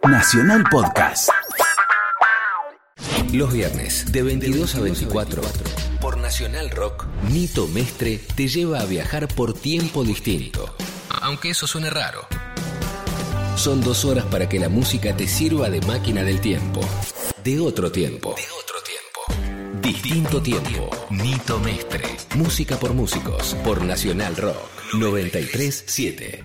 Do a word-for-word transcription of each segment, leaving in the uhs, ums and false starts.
Nacional Podcast. Los viernes de veintidós a veinticuatro por Nacional Rock, Nito Mestre te lleva a viajar por tiempo distinto. Aunque eso suene raro. Son dos horas para que la música te sirva de máquina del tiempo. De otro tiempo. De otro tiempo. Distinto tiempo. Nito Mestre. Música por músicos. Por Nacional Rock. noventa y tres punto siete.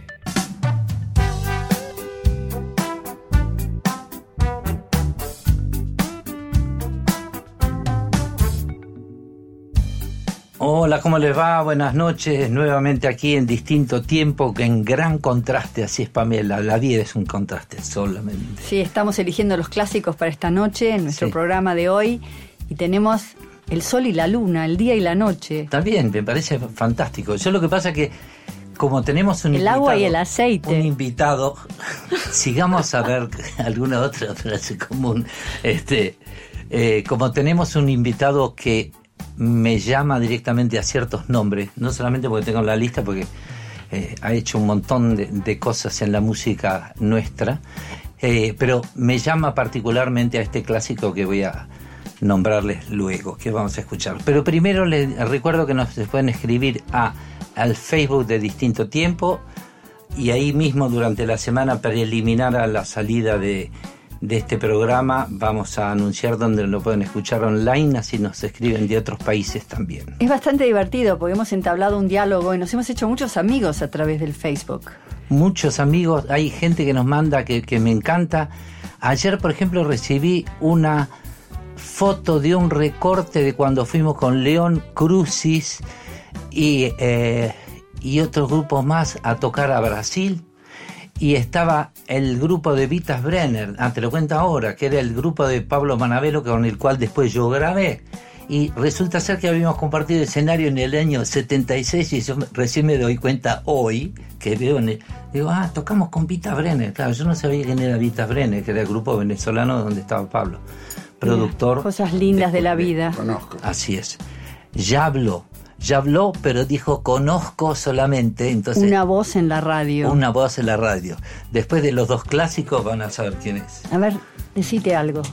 Hola, ¿cómo les va? Buenas noches, nuevamente aquí en Distinto Tiempo, que en gran contraste, así es Pamela, la vida es un contraste solamente. Sí, estamos eligiendo los clásicos para esta noche, en nuestro sí. programa de hoy, y tenemos el sol y la luna, el día y la noche. Está bien, me parece fantástico. Yo lo que pasa es que, como tenemos un el invitado... El agua y el aceite. Un invitado, sigamos a ver alguna otra frase común. Este, eh, como tenemos un invitado que me llama directamente a ciertos nombres, no solamente porque tengo la lista, porque eh, ha hecho un montón de, de cosas en la música nuestra, eh, pero me llama particularmente a este clásico que voy a nombrarles luego, que vamos a escuchar. Pero primero les recuerdo que nos pueden escribir a, al Facebook de Distinto Tiempo, y ahí mismo durante la semana preliminar a la salida de de este programa vamos a anunciar dónde lo pueden escuchar online, así nos escriben de otros países también. Es bastante divertido porque hemos entablado un diálogo y nos hemos hecho muchos amigos a través del Facebook. Muchos amigos, hay gente que nos manda que, que me encanta. Ayer, por ejemplo, recibí una foto de un recorte de cuando fuimos con León Crucis y, eh, y otros grupos más a tocar a Brasil. Y estaba el grupo de Vitas Brenner, ah, te lo cuento ahora, que era el grupo de Pablo Manabelo con el cual después yo grabé. Y resulta ser que habíamos compartido escenario en el año setenta y seis y yo recién me doy cuenta hoy, que veo en el, digo, ah, tocamos con Vitas Brenner. Claro, yo no sabía quién era Vitas Brenner, que era el grupo venezolano donde estaba Pablo, productor. Mira, cosas lindas de, de la vida. Conozco. Así es. Ya habló. Ya habló, pero dijo conozco solamente. Entonces, una voz en la radio. Una voz en la radio. Después de los dos clásicos van a saber quién es. A ver, decite algo.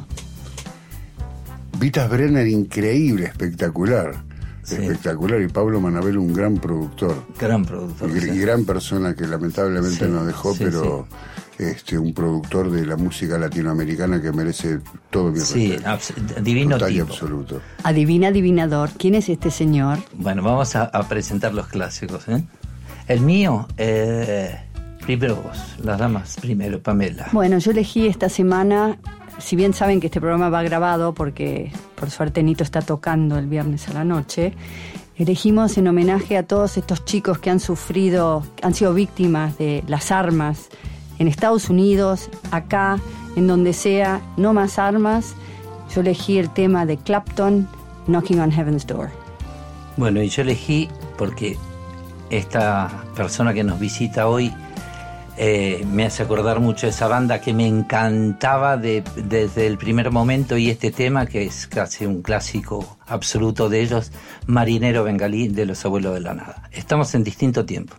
Vitas Brenner, increíble, espectacular. Sí. Espectacular. Y Pablo Manabelo, un gran productor. Gran productor. Y, sí. y gran persona que lamentablemente sí, nos dejó, sí, pero... Sí. Este, un productor de la música latinoamericana que merece todo mi sí, respeto. Abs- divino total tipo. Y absoluto. Adivina, adivinador, ¿quién es este señor? Bueno, vamos a, a presentar los clásicos, ¿eh? El mío, eh, primero vos, las damas primero, Pamela. Bueno, yo elegí esta semana, si bien saben que este programa va grabado, porque por suerte Nito está tocando el viernes a la noche, elegimos en homenaje a todos estos chicos que han sufrido, han sido víctimas de las armas, en Estados Unidos, acá, en donde sea, no más armas. Yo elegí el tema de Clapton, Knocking on Heaven's Door. Bueno, y yo elegí porque esta persona que nos visita hoy eh, me hace acordar mucho de esa banda que me encantaba de, desde el primer momento, y este tema, que es casi un clásico absoluto de ellos, Marinero Bengalí, de Los Abuelos de la Nada. Estamos en Distinto Tiempo.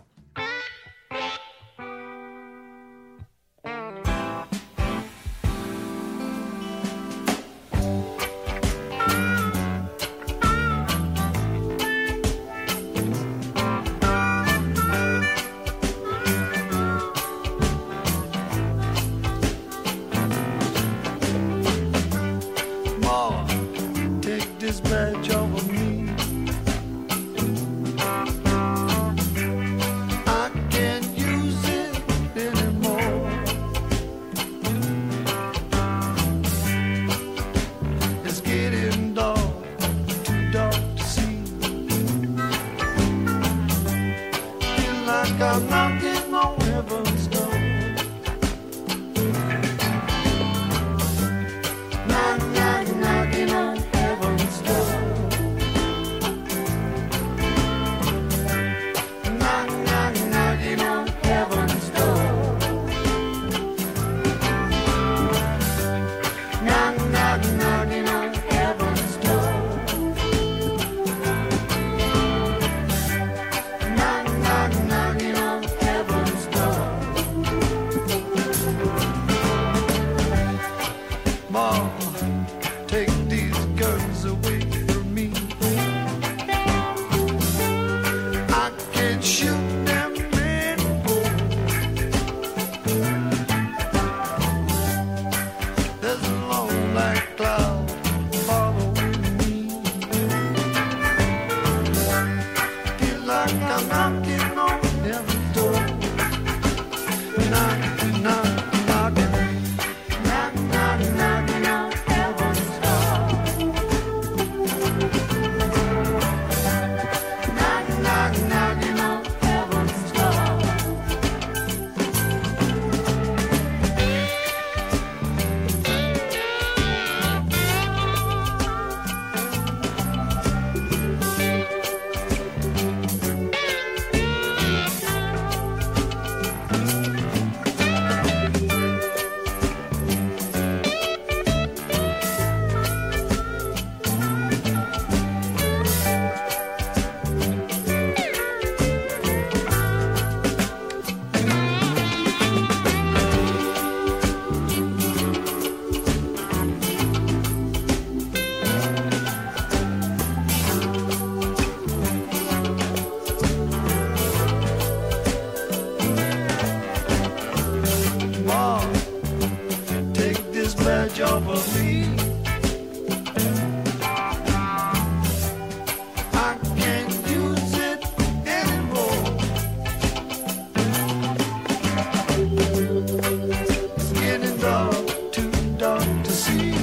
job of me. I can't use it anymore. It's getting dark, too dark to see.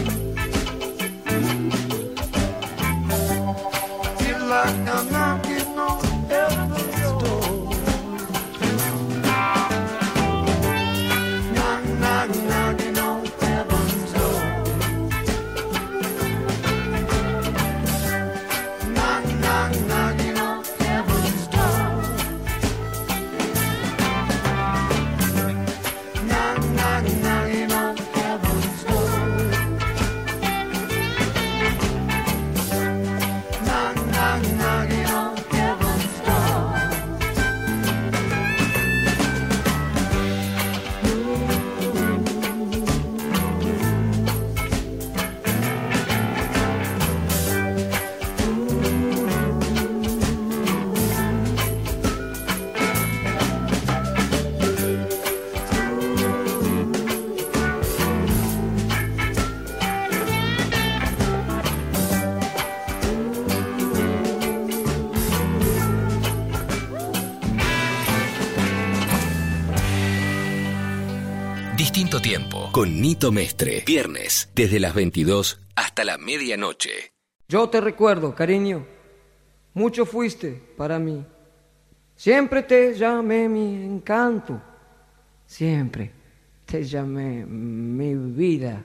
Feel like I'm knocking on heaven's door. Knock, knock, knocking on heaven's door. Knock, knock, knocking on heaven's door. Knock, knock, knocking on heaven's door. Knock, knock, knocking on heaven's door. Distinto tiempo con Nito Mestre. Viernes desde las veintidós hasta la medianoche. Yo te recuerdo, cariño, mucho fuiste para mí. Siempre te llamé mi encanto, siempre te llamé mi vida.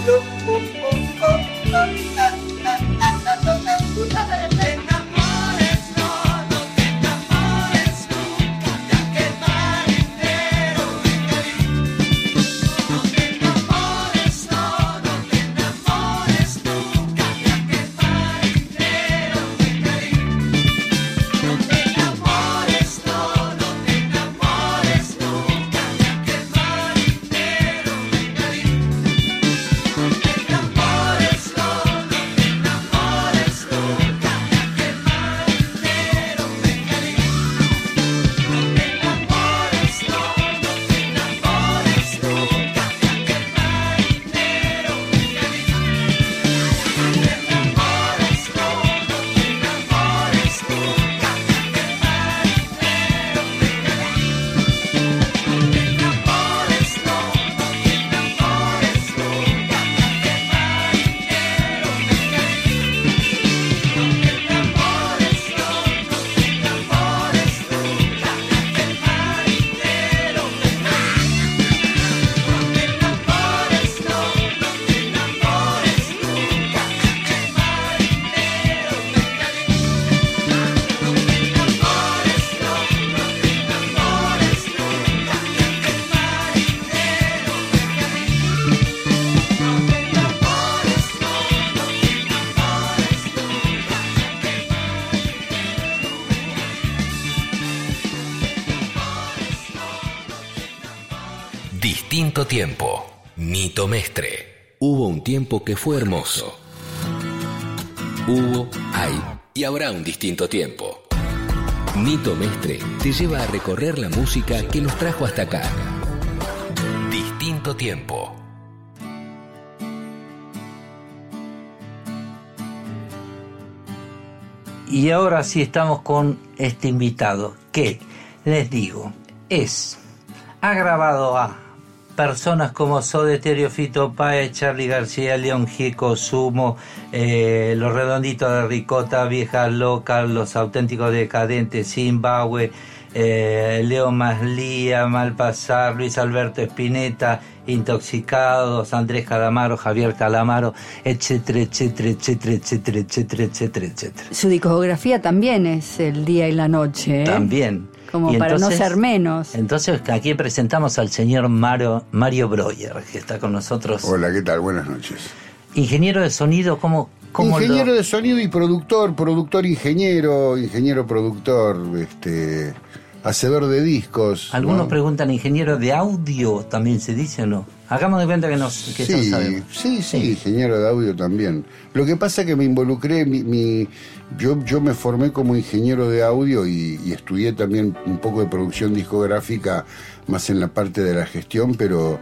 Distinto tiempo. Nito Mestre. Hubo un tiempo que fue hermoso. Hubo, hay y habrá un distinto tiempo. Nito Mestre te lleva a recorrer la música que nos trajo hasta acá. Distinto tiempo. Y ahora sí estamos con este invitado que, les digo, es, ha grabado a personas como Soda Stereo, Fito Páez, Charly García, León Gieco, Sumo, eh, Los Redonditos de Ricota, Viejas Locas, Los Auténticos Decadentes, Zimbabue, eh, Leo Maslía, Malpasar, Luis Alberto Spinetta, Intoxicados, Andrés Calamaro, Javier Calamaro, etcétera, etcétera, etcétera, etcétera, etcétera, etcétera, etcétera. Su discografía también es el día y la noche, ¿eh? También. Como y para entonces, no ser menos. Entonces aquí presentamos al señor Mario, Mario Breuer, que está con nosotros. Hola, ¿qué tal? Buenas noches. Ingeniero de sonido, ¿cómo, cómo Ingeniero lo... de sonido y productor, productor ingeniero, ingeniero productor, este, hacedor de discos. Algunos ¿no? preguntan, ingeniero de audio, ¿también se dice o no? Hagamos de cuenta que, nos, que sí, sabemos. Sí, sí, sí, ingeniero de audio también. Lo que pasa es que me involucré, mi, mi, yo, yo me formé como ingeniero de audio y, y estudié también un poco de producción discográfica, más en la parte de la gestión, pero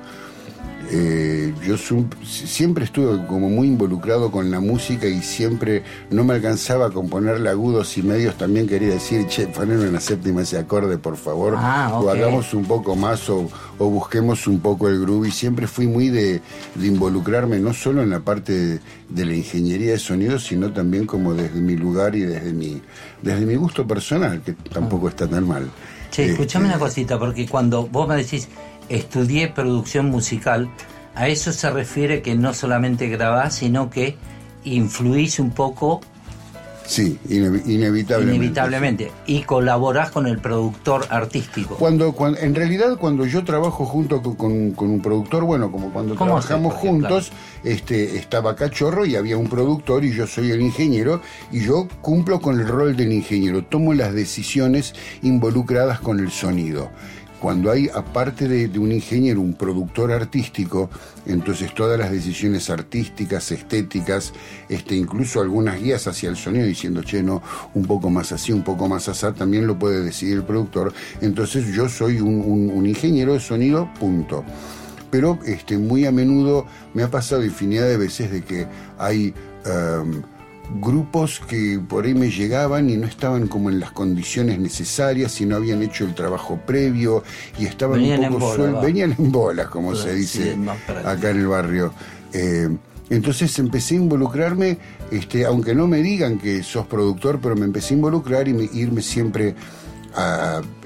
eh, yo su, siempre estuve como muy involucrado con la música y siempre no me alcanzaba a componerle agudos y medios. También quería decir, che, poneme en la séptima ese acorde, por favor, ah, okay. o hagamos un poco más o, o busquemos un poco el groove. Y siempre fui muy de, de involucrarme no solo en la parte de, de la ingeniería de sonido, sino también como desde mi lugar y desde mi, desde mi gusto personal, que tampoco está tan mal. Che, escuchame este, una cosita, porque cuando vos me decís estudié producción musical, a eso se refiere que no solamente grabás, sino que influís un poco. Sí, ine- inevitablemente. Inevitablemente. Y colaborás con el productor artístico. Cuando, cuando En realidad, cuando yo trabajo junto con, con, con un productor, bueno, como cuando trabajamos haces, juntos, este, estaba Cachorro y había un productor y yo soy el ingeniero y yo cumplo con el rol del ingeniero, tomo las decisiones involucradas con el sonido. Cuando hay, aparte de, de un ingeniero, un productor artístico, entonces todas las decisiones artísticas, estéticas, este, incluso algunas guías hacia el sonido, diciendo, che, no, un poco más así, un poco más así, también lo puede decidir el productor. Entonces yo soy un, un, un ingeniero de sonido, punto. Pero este, muy a menudo me ha pasado infinidad de veces de que hay Um, grupos que por ahí me llegaban y no estaban como en las condiciones necesarias y no habían hecho el trabajo previo y estaban venían un poco sueltos, venían en bolas, como pero se dice sí, acá en el barrio. Eh, entonces empecé a involucrarme, este, aunque no me digan que sos productor, pero me empecé a involucrar y me, irme siempre a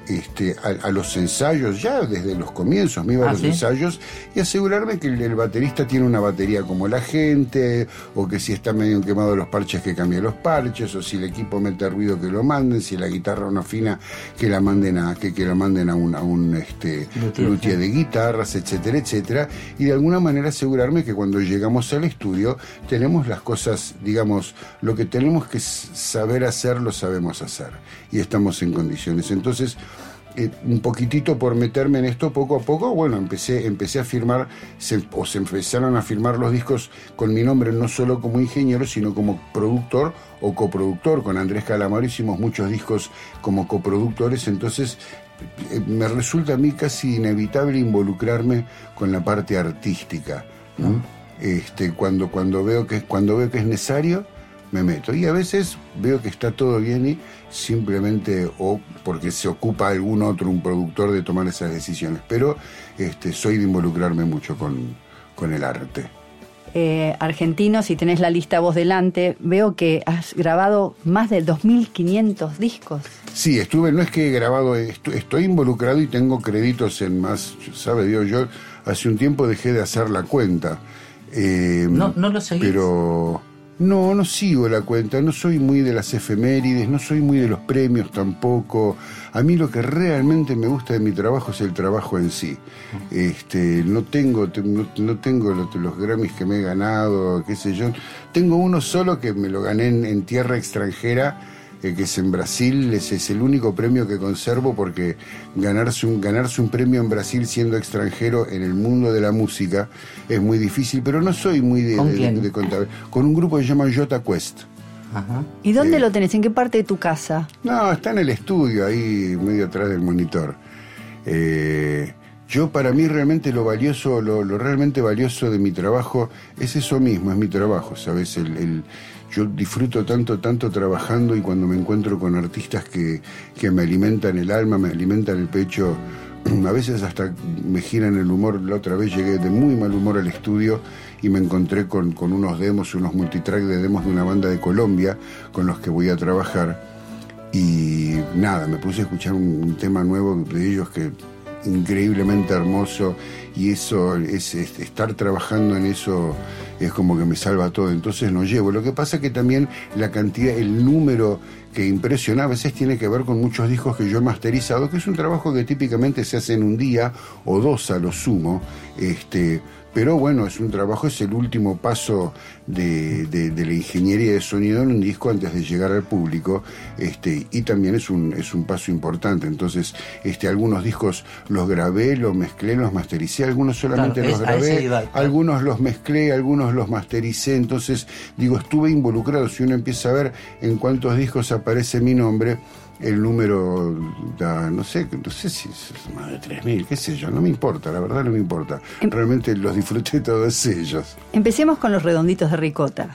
este, a, a los ensayos, ya desde los comienzos me iba ¿Ah, a los sí? ensayos y asegurarme que el, el baterista tiene una batería como la gente, o que si está medio quemado los parches que cambie los parches, o si el equipo mete ruido que lo manden, si la guitarra no afina que la manden a que, que la manden a un, a un este, luthier de guitarras, etcétera, etcétera, y de alguna manera asegurarme que cuando llegamos al estudio tenemos las cosas, digamos, lo que tenemos que saber hacer lo sabemos hacer y estamos en condiciones. Entonces, eh, un poquitito por meterme en esto poco a poco, bueno, empecé, empecé a firmar, se, o se empezaron a firmar los discos con mi nombre, no solo como ingeniero, sino como productor o coproductor. Con Andrés Calamaro hicimos muchos discos como coproductores, entonces eh, me resulta a mí casi inevitable involucrarme con la parte artística, ¿no? Mm. Este, cuando, cuando, veo que, cuando veo que es necesario, me meto. Y a veces veo que está todo bien y simplemente, o porque se ocupa algún otro, un productor, de tomar esas decisiones. Pero este, soy de involucrarme mucho con, con el arte. Eh, argentino, si tenés la lista vos delante, veo que has grabado más de dos mil quinientos discos. Sí, estuve, no es que he grabado, estoy, estoy involucrado y tengo créditos en más, sabe Dios, yo hace un tiempo dejé de hacer la cuenta. Eh, no, no lo seguís. Pero no, no sigo la cuenta, no soy muy de las efemérides, no soy muy de los premios tampoco. A mí lo que realmente me gusta de mi trabajo es el trabajo en sí. Este, no tengo, no, no tengo los, los Grammys que me he ganado, qué sé yo. Tengo uno solo que me lo gané en, en tierra extranjera, eh, que es en Brasil. Ese es el único premio que conservo, porque ganarse un, ganarse un premio en Brasil siendo extranjero en el mundo de la música es muy difícil, pero no soy muy de, ¿Con de, quién? de, de contar. Con un grupo que se llama Jota Quest. Ajá. ¿Y dónde Eh, lo tenés? ¿En qué parte de tu casa? No, está en el estudio, ahí medio atrás del monitor. Eh, yo, para mí, realmente lo valioso, lo, lo realmente valioso de mi trabajo es eso mismo, es mi trabajo, ¿sabes? El, el, yo disfruto tanto, tanto trabajando, y cuando me encuentro con artistas que, que me alimentan el alma, me alimentan el pecho, a veces hasta me giran el humor. La otra vez llegué de muy mal humor al estudio y me encontré con, con unos demos, unos multitrack de demos de una banda de Colombia con los que voy a trabajar, y nada, me puse a escuchar un, un tema nuevo de ellos que increíblemente hermoso, y eso es, es estar trabajando en eso es como que me salva todo. Entonces no llevo. Lo que pasa es que también la cantidad, el número que impresiona a veces tiene que ver con muchos discos que yo he masterizado, que es un trabajo que típicamente se hace en un día o dos a lo sumo, este pero bueno, es un trabajo, es el último paso de, de, de la ingeniería de sonido en un disco antes de llegar al público, este, y también es un, es un paso importante. Entonces, este, algunos discos los grabé, los mezclé, los mastericé, algunos solamente Claro, los es- a ese grabé, iba. algunos los mezclé, algunos los mastericé. Entonces, digo, estuve involucrado. Si uno empieza a ver en cuántos discos aparece mi nombre, el número da, no sé, no sé si es más de tres mil, qué sé yo, no me importa, la verdad no me importa. Em- Realmente los disfruté todos ellos. Empecemos con los redonditos de ricota.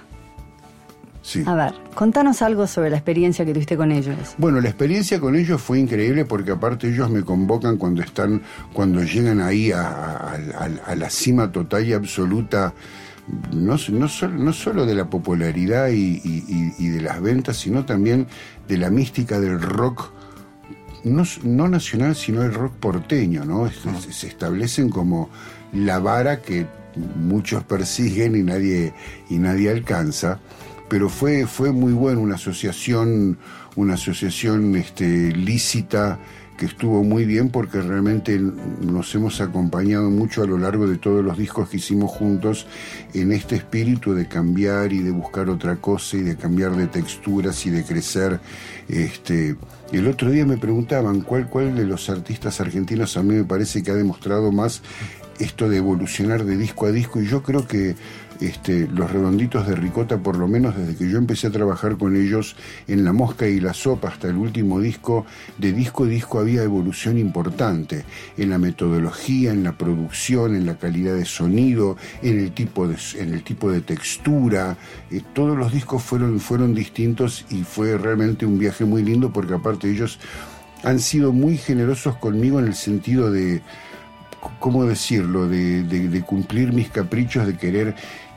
Sí. A ver, contanos algo sobre la experiencia que tuviste con ellos. Bueno, la experiencia con ellos fue increíble, porque aparte ellos me convocan cuando están, cuando llegan ahí a, a, a- a la cima total y absoluta, no, no, solo, no solo de la popularidad y, y- y de las ventas, sino también de la mística del rock, no, no nacional, sino el rock porteño, ¿no? Se, se establecen como la vara que muchos persiguen y nadie, y nadie alcanza. Pero fue, fue muy bueno, una asociación, una asociación este, lícita, que estuvo muy bien, porque realmente nos hemos acompañado mucho a lo largo de todos los discos que hicimos juntos en este espíritu de cambiar y de buscar otra cosa y de cambiar de texturas y de crecer. Este, el otro día me preguntaban cuál, cuál de los artistas argentinos a mí me parece que ha demostrado más esto de evolucionar de disco a disco, y yo creo que este, los Redonditos de Ricota, por lo menos desde que yo empecé a trabajar con ellos en La Mosca y la Sopa hasta el último disco, de disco a disco había evolución importante en la metodología, en la producción, en la calidad de sonido, en el tipo de, en el tipo de textura. Eh, todos los discos fueron, fueron distintos, y fue realmente un viaje muy lindo, porque aparte ellos han sido muy generosos conmigo en el sentido de, ¿cómo decirlo?, de, de, de cumplir mis caprichos, de querer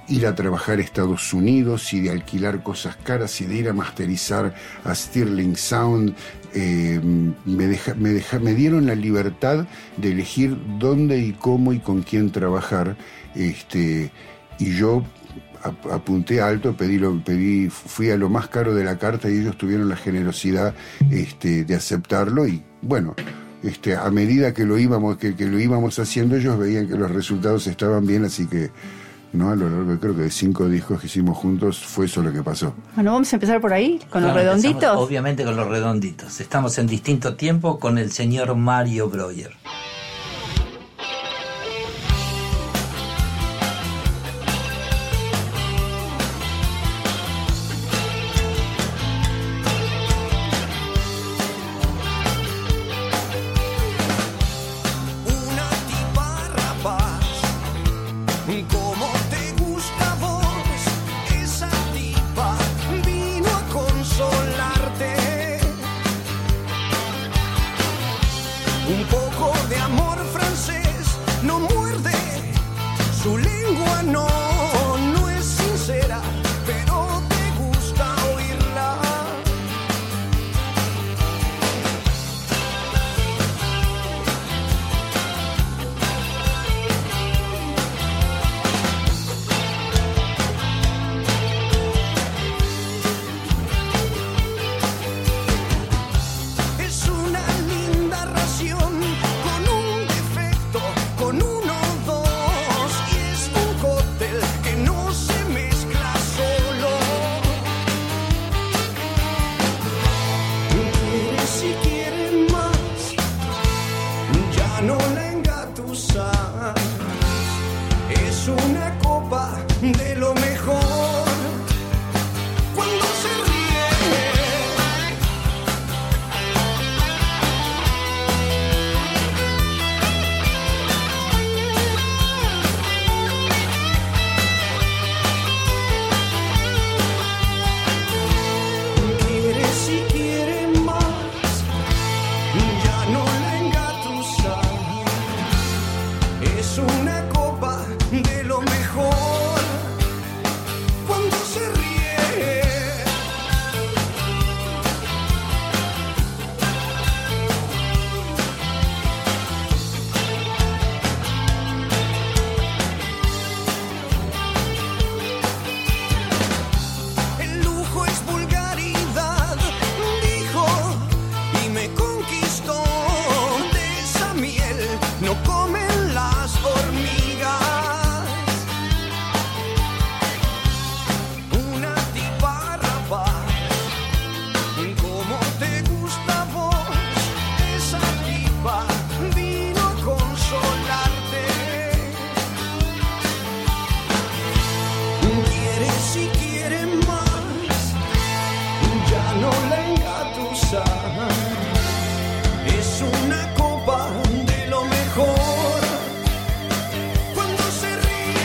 ir a trabajar a Estados Unidos y de alquilar cosas caras y de ir a masterizar a Sterling Sound. Eh, me, deja, me, deja, me dieron la libertad de elegir dónde y cómo y con quién trabajar, este, y yo ap- apunté alto, pedí, lo, pedí, fui a lo más caro de la carta y ellos tuvieron la generosidad este, de aceptarlo, y bueno, este, a medida que lo íbamos que, que lo íbamos haciendo, ellos veían que los resultados estaban bien, así que no, a lo largo creo que de cinco discos que hicimos juntos fue eso lo que pasó. Bueno, vamos a empezar por ahí, con Claro, los redonditos. empezamos, obviamente con los redonditos. Estamos en Distinto Tiempo con el señor Mario Breuer. Una tipa rapaz, como te gusta a vos, esa tipa vino a consolarte. Un poco de amor francés no muerde, su lengua no, no es sincera, pero te gusta oírla. Es una linda ración con un defecto, con uno o dos, y es un cóctel que no se mezcla solo. Quiere si quiere más, ya no la engatusas. Es una copa de lo mejor cuando se ríe. Quiere si quiere más, ya no la engatusa. Es una copa de lo mejor cuando se ríe. El lujo es vulgaridad, dijo, y me conquistó. De esa miel no comen las hormigas. Una tipa rapaz, como te gusta a vos, esa tipa vino a consolarte. Quiere si quiere más, ya no la engatusa. Es una copa de lo mejor cuando se ríe.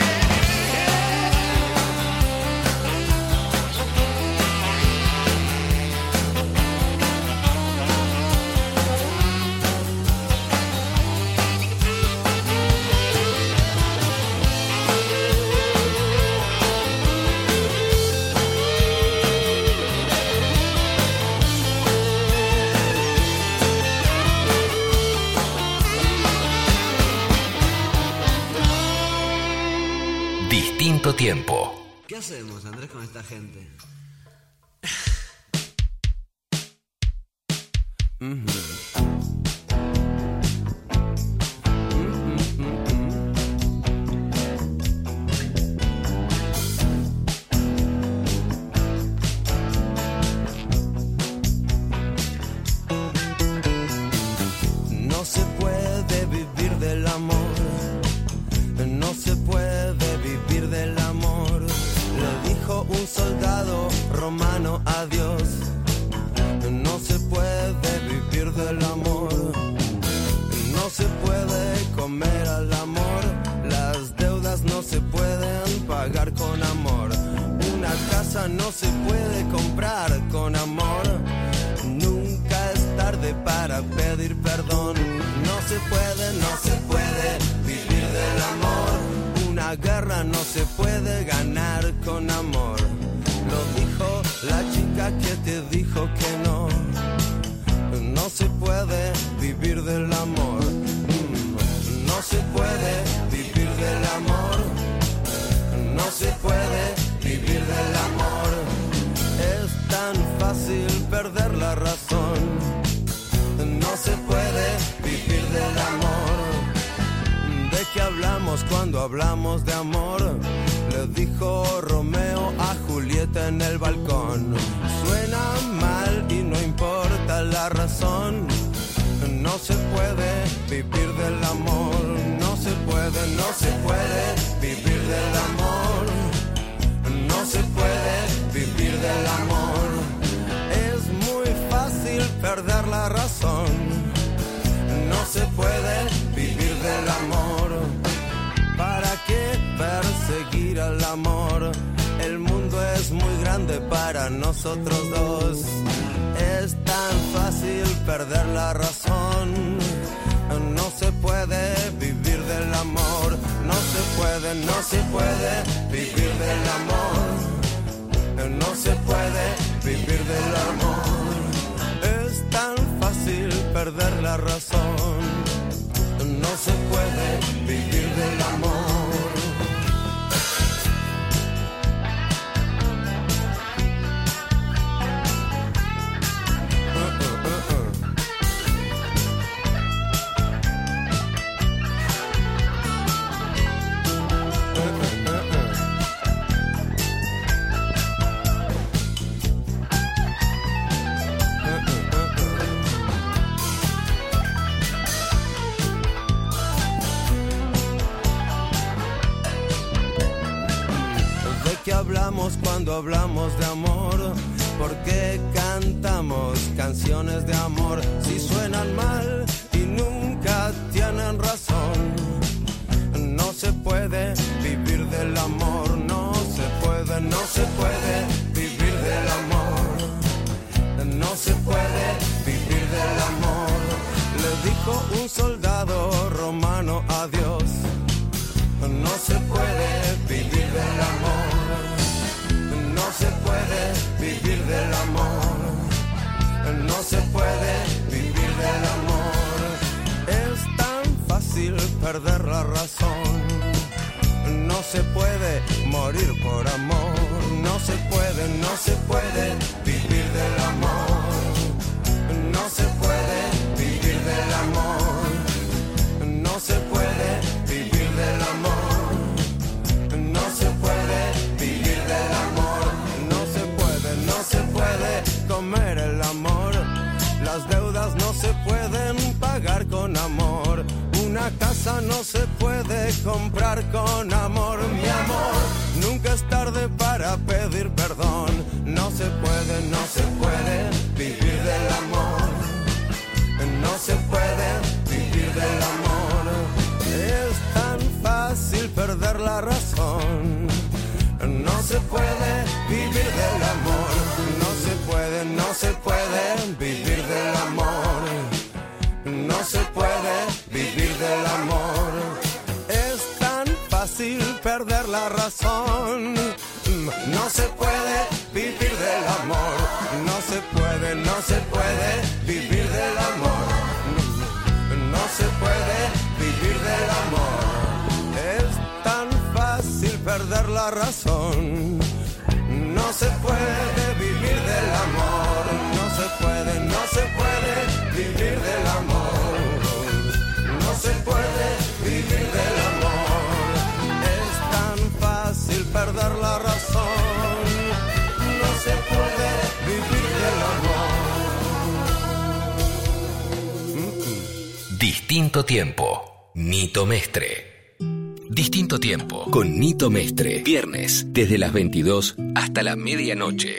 Distinto Tiempo. ¿Qué hacemos, Andrés, con esta gente? No se puede vivir del amor. No se puede vivir del amor, le dijo un soldado romano a Dios. No se puede vivir del amor, no se puede comer al amor, las deudas no se pueden pagar con amor, una casa no se puede comprar con amor, nunca es tarde para pedir perdón. No se puede, no se puede vivir del amor, una una guerra no se puede ganar con amor. Lo dijo la chica que te dijo que no. No se puede vivir del amor. No se puede vivir del amor. No se puede vivir del amor. Es tan fácil perder la razón. No se puede vivir del amor. ¿De qué hablamos cuando hablamos de amor? Le dijo Romeo a Julieta en el balcón. Suena mal y no importa la razón. No se puede vivir del amor. No se puede, no se puede vivir del amor. No se puede vivir del amor. Es muy fácil perder la razón. No se puede vivir del amor. ¿Para qué perseguir al amor? El mundo es muy grande para nosotros dos. Es tan fácil perder la razón. No se puede vivir del amor. No se puede, no se puede vivir del amor. No se puede vivir del amor. Es tan fácil perder la razón. No se puede vivir del amor. Hablamos cuando hablamos de amor, porque cantamos canciones de amor. Si suenan mal y nunca tienen razón, no se puede vivir del amor. No se puede, no se puede vivir del amor. No se puede vivir del amor. Le dijo un soldado romano a Dios. No se puede vivir del amor. No se puede vivir del amor. No se puede vivir del amor. Es tan fácil perder la razón. No se puede morir por amor. No se puede, no se puede vivir del amor. No se puede vivir del amor. No se puede vivir del amor. No se puede vivir del amor. No se puede, no se puede comer el amor. Las deudas no se pueden pagar con amor. Una casa no se puede comprar con amor. Mi amor, nunca es tarde para pedir perdón. No se puede, no se puede vivir del amor. No se puede vivir del amor. Es tan fácil perder la razón. No se puede vivir del amor. No se puede, no se puede vivir del amor. No se puede vivir del amor. Es tan fácil perder la razón. No se puede vivir del amor. No se puede, no se puede vivir del amor. No se puede vivir del amor. Es tan fácil perder la razón. No se puede vivir del amor. No se puede, no se puede vivir del amor. No se puede vivir del amor. Es tan fácil perder la razón. No se puede vivir del amor. Distinto tiempo. Nito Mestre. Distinto tiempo con Nito Mestre. Viernes desde las veintidós hasta la medianoche.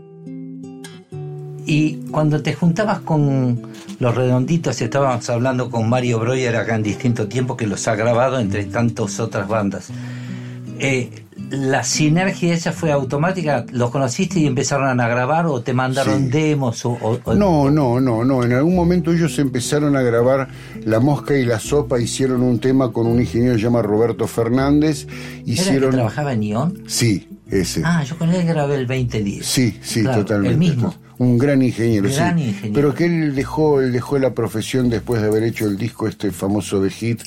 Y cuando te juntabas con los Redonditos, estábamos hablando con Mario Breuer acá en Distinto Tiempo, que los ha grabado entre tantas otras bandas. Eh, ¿La sinergia esa fue automática? ¿Los conociste y empezaron a grabar o te mandaron Sí. demos? O, o, o... No, no, no, no. En algún momento ellos empezaron a grabar La Mosca y la Sopa, hicieron un tema con un ingeniero que se llama Roberto Fernández. Hicieron... ¿Era el que trabajaba en Neon? Sí, ese. Ah, yo con él grabé el veinte diez. Sí, sí, Claro, totalmente. el mismo. Un gran ingeniero, Gran sí. ingeniero. Pero que él dejó, él dejó la profesión después de haber hecho el disco este famoso de Hit.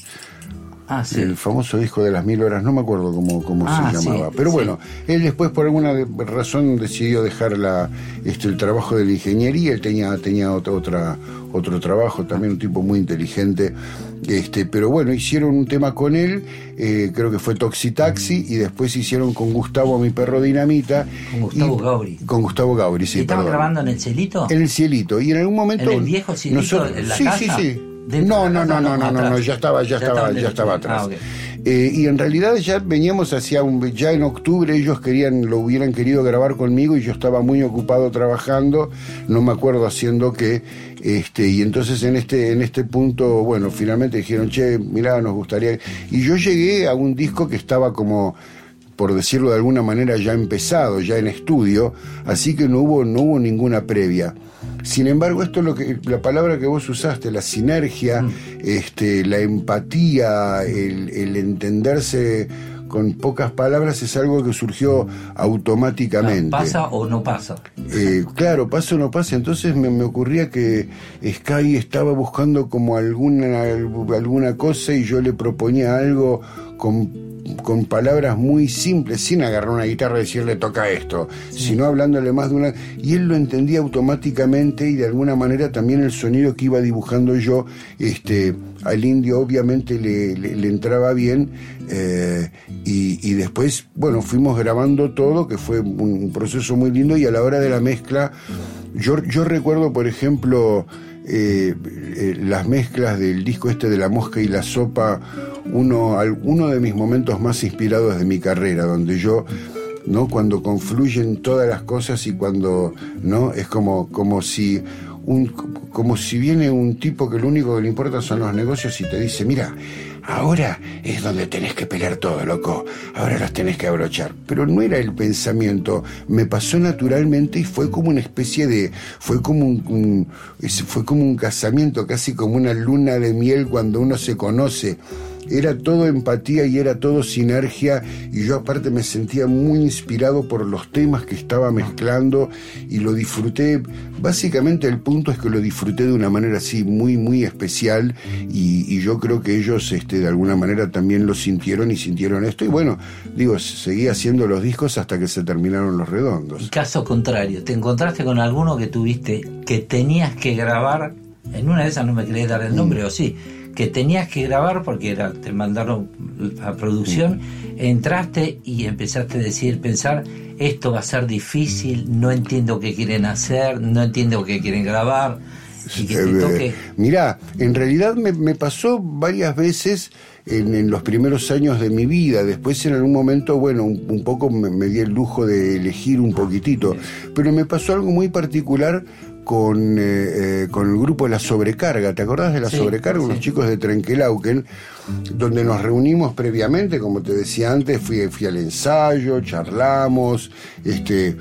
Ah, sí. El famoso disco de las mil horas, no me acuerdo cómo, cómo Ah, se llamaba. sí, Pero sí. bueno, él después por alguna de- razón decidió dejar la, este, el trabajo de la ingeniería. Él tenía, tenía otra, otra, otro trabajo, también un tipo muy inteligente. Este, pero bueno, hicieron un tema con él, eh, creo que fue Toxi Taxi, y después hicieron con Gustavo, mi perro Dinamita. Con Gustavo y- Gauri. Con Gustavo Gauri, sí, ¿Y estaban perdón. grabando en el Cielito? En el Cielito. Y en algún momento... ¿En el viejo Cielito, nosotros- en la sí, casa? sí, sí. ¿Dentro No, de la no, no, casa? no, no, no, Atrás. no, ya estaba, ya Ya estaba, estaban ya dentro. estaba Ah, atrás. ok. Eh, y en realidad ya veníamos hacia un, ya en octubre ellos querían, lo hubieran querido grabar conmigo y yo estaba muy ocupado trabajando, no me acuerdo haciendo qué, este, y entonces en este, en este punto, bueno, finalmente dijeron, che, mirá, nos gustaría, y yo llegué a un disco que estaba como, por decirlo de alguna manera, ya empezado, ya en estudio, así que no hubo, no hubo ninguna previa. Sin embargo, esto es lo que, la palabra que vos usaste, la sinergia, mm. este, la empatía, el, el entenderse con pocas palabras, es algo que surgió automáticamente. ¿Pasa o no pasa? Eh, claro, pasa o no pasa. Entonces me, me ocurría que Sky estaba buscando como alguna, alguna cosa y yo le proponía algo con con palabras muy simples, sin agarrar una guitarra y decirle toca esto, sí. sino hablándole más de una... Y él lo entendía automáticamente y de alguna manera también el sonido que iba dibujando yo, este, al indio obviamente le, le, le entraba bien, eh, y, y después, bueno, fuimos grabando todo, que fue un, un proceso muy lindo, y a la hora de la mezcla, yo, yo recuerdo, por ejemplo... Eh, eh, las mezclas del disco este de La Mosca y la Sopa, uno, uno de mis momentos más inspirados de mi carrera, donde yo, ¿no? Cuando confluyen todas las cosas y cuando, ¿no? Es como, como si un, como si viene un tipo que lo único que le importa son los negocios y te dice, mira, ahora es donde tenés que pelear todo, loco, ahora los tenés que abrochar. Pero no era el pensamiento, me pasó naturalmente y fue como una especie de, fue como un, un fue como un casamiento, casi como una luna de miel cuando uno se conoce. Era todo empatía y era todo sinergia, y yo aparte me sentía muy inspirado por los temas que estaba mezclando y lo disfruté. Básicamente el punto es que lo disfruté de una manera así muy muy especial, y, y yo creo que ellos este, de alguna manera también lo sintieron y sintieron esto, y bueno, digo, seguí haciendo los discos hasta que se terminaron los redondos. Y caso contrario, ¿te encontraste con alguno que tuviste que tenías que grabar? En una de esas no me querés dar el nombre, mm. o sí, que tenías que grabar porque era, te mandaron a producción, mm. entraste y empezaste a decir, pensar, esto va a ser difícil, no entiendo qué quieren hacer, no entiendo qué quieren grabar, y que te toque... Mirá, en realidad me, me pasó varias veces en, en los primeros años de mi vida. Después en algún momento, bueno, un, un poco me, me di el lujo de elegir un poquitito, pero me pasó algo muy particular con, eh, eh, con el grupo La Sobrecarga. ¿Te acordás de La sí, Sobrecarga? Sí. Unos chicos de Trenquelauquen, donde nos reunimos previamente, como te decía antes, fui, fui al ensayo, charlamos, este,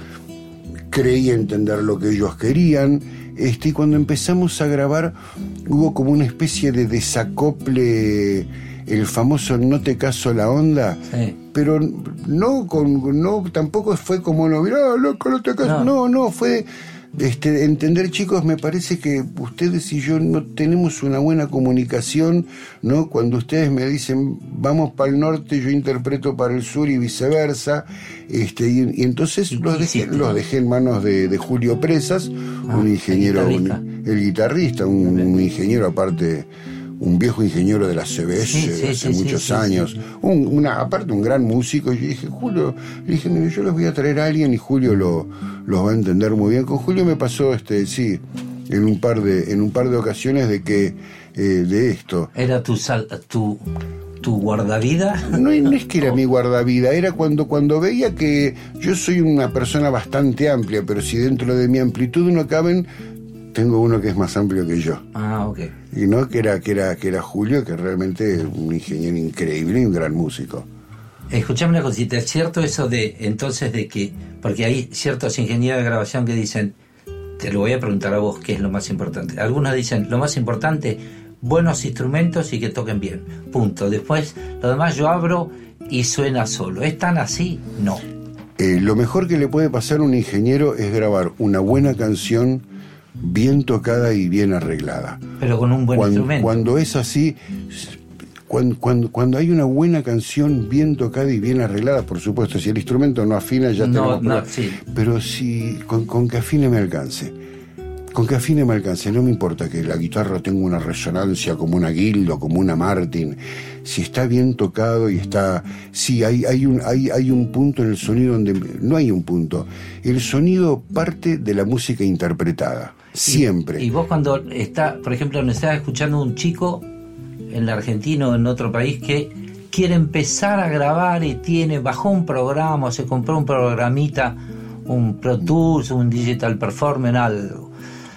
creí entender lo que ellos querían, este, y cuando empezamos a grabar hubo como una especie de desacople, el famoso no te caso la onda, sí. pero no, con, no tampoco fue como no, mirá, loco, no te caso, no, no, no fue... Este, entender, chicos, me parece que ustedes y yo no tenemos una buena comunicación, ¿no? Cuando ustedes me dicen vamos para el norte, yo interpreto para el sur y viceversa, este, y, y entonces los dejé, los dejé en manos de, de Julio Presas, ah, un ingeniero, el guitarrista, un, el guitarrista un, un ingeniero aparte, un viejo ingeniero de la C B S, sí, sí, hace sí, muchos sí, años, sí, sí. Un, una, aparte un gran músico, y yo dije, Julio, le dije, mire, yo les voy a traer a alguien y Julio lo, los va a entender muy bien. Con Julio me pasó, este, sí, en un par de, en un par de ocasiones de que, eh, de esto. ¿Era tu sal, tu, tu guardavida? No, no es que era mi guardavida, era cuando, cuando veía que yo soy una persona bastante amplia, pero si dentro de mi amplitud no caben, tengo uno que es más amplio que yo. Ah, ok. Y no, que era, que era, que era Julio, que realmente es un ingeniero increíble y un gran músico. Escuchame una cosita, ¿es cierto eso de, entonces, de que, porque hay ciertos ingenieros de grabación que dicen, te lo voy a preguntar a vos, ¿qué es lo más importante? Algunos dicen, lo más importante, buenos instrumentos y que toquen bien, punto. Después, lo demás yo abro y suena solo. ¿Es tan así? No. Eh, lo mejor que le puede pasar a un ingeniero es grabar una buena canción bien tocada y bien arreglada. Pero con un buen cuando, instrumento. Cuando es así, cuando, cuando, cuando hay una buena canción bien tocada y bien arreglada, por supuesto, si el instrumento no afina ya no, tenemos... No, sí. Pero si con, con que afine me alcance. Con que afine me alcance, no me importa que la guitarra tenga una resonancia como una Guildo, como una Martin. Si está bien tocado y está... Sí, hay, hay, un, hay, hay un punto en el sonido donde... No hay un punto. El sonido parte de la música interpretada, siempre. Y, y vos cuando está, por ejemplo, me estás escuchando un chico en la Argentina o en otro país que quiere empezar a grabar y tiene, bajó un programa, se compró un programita, un Pro Tools, un Digital Performer, algo,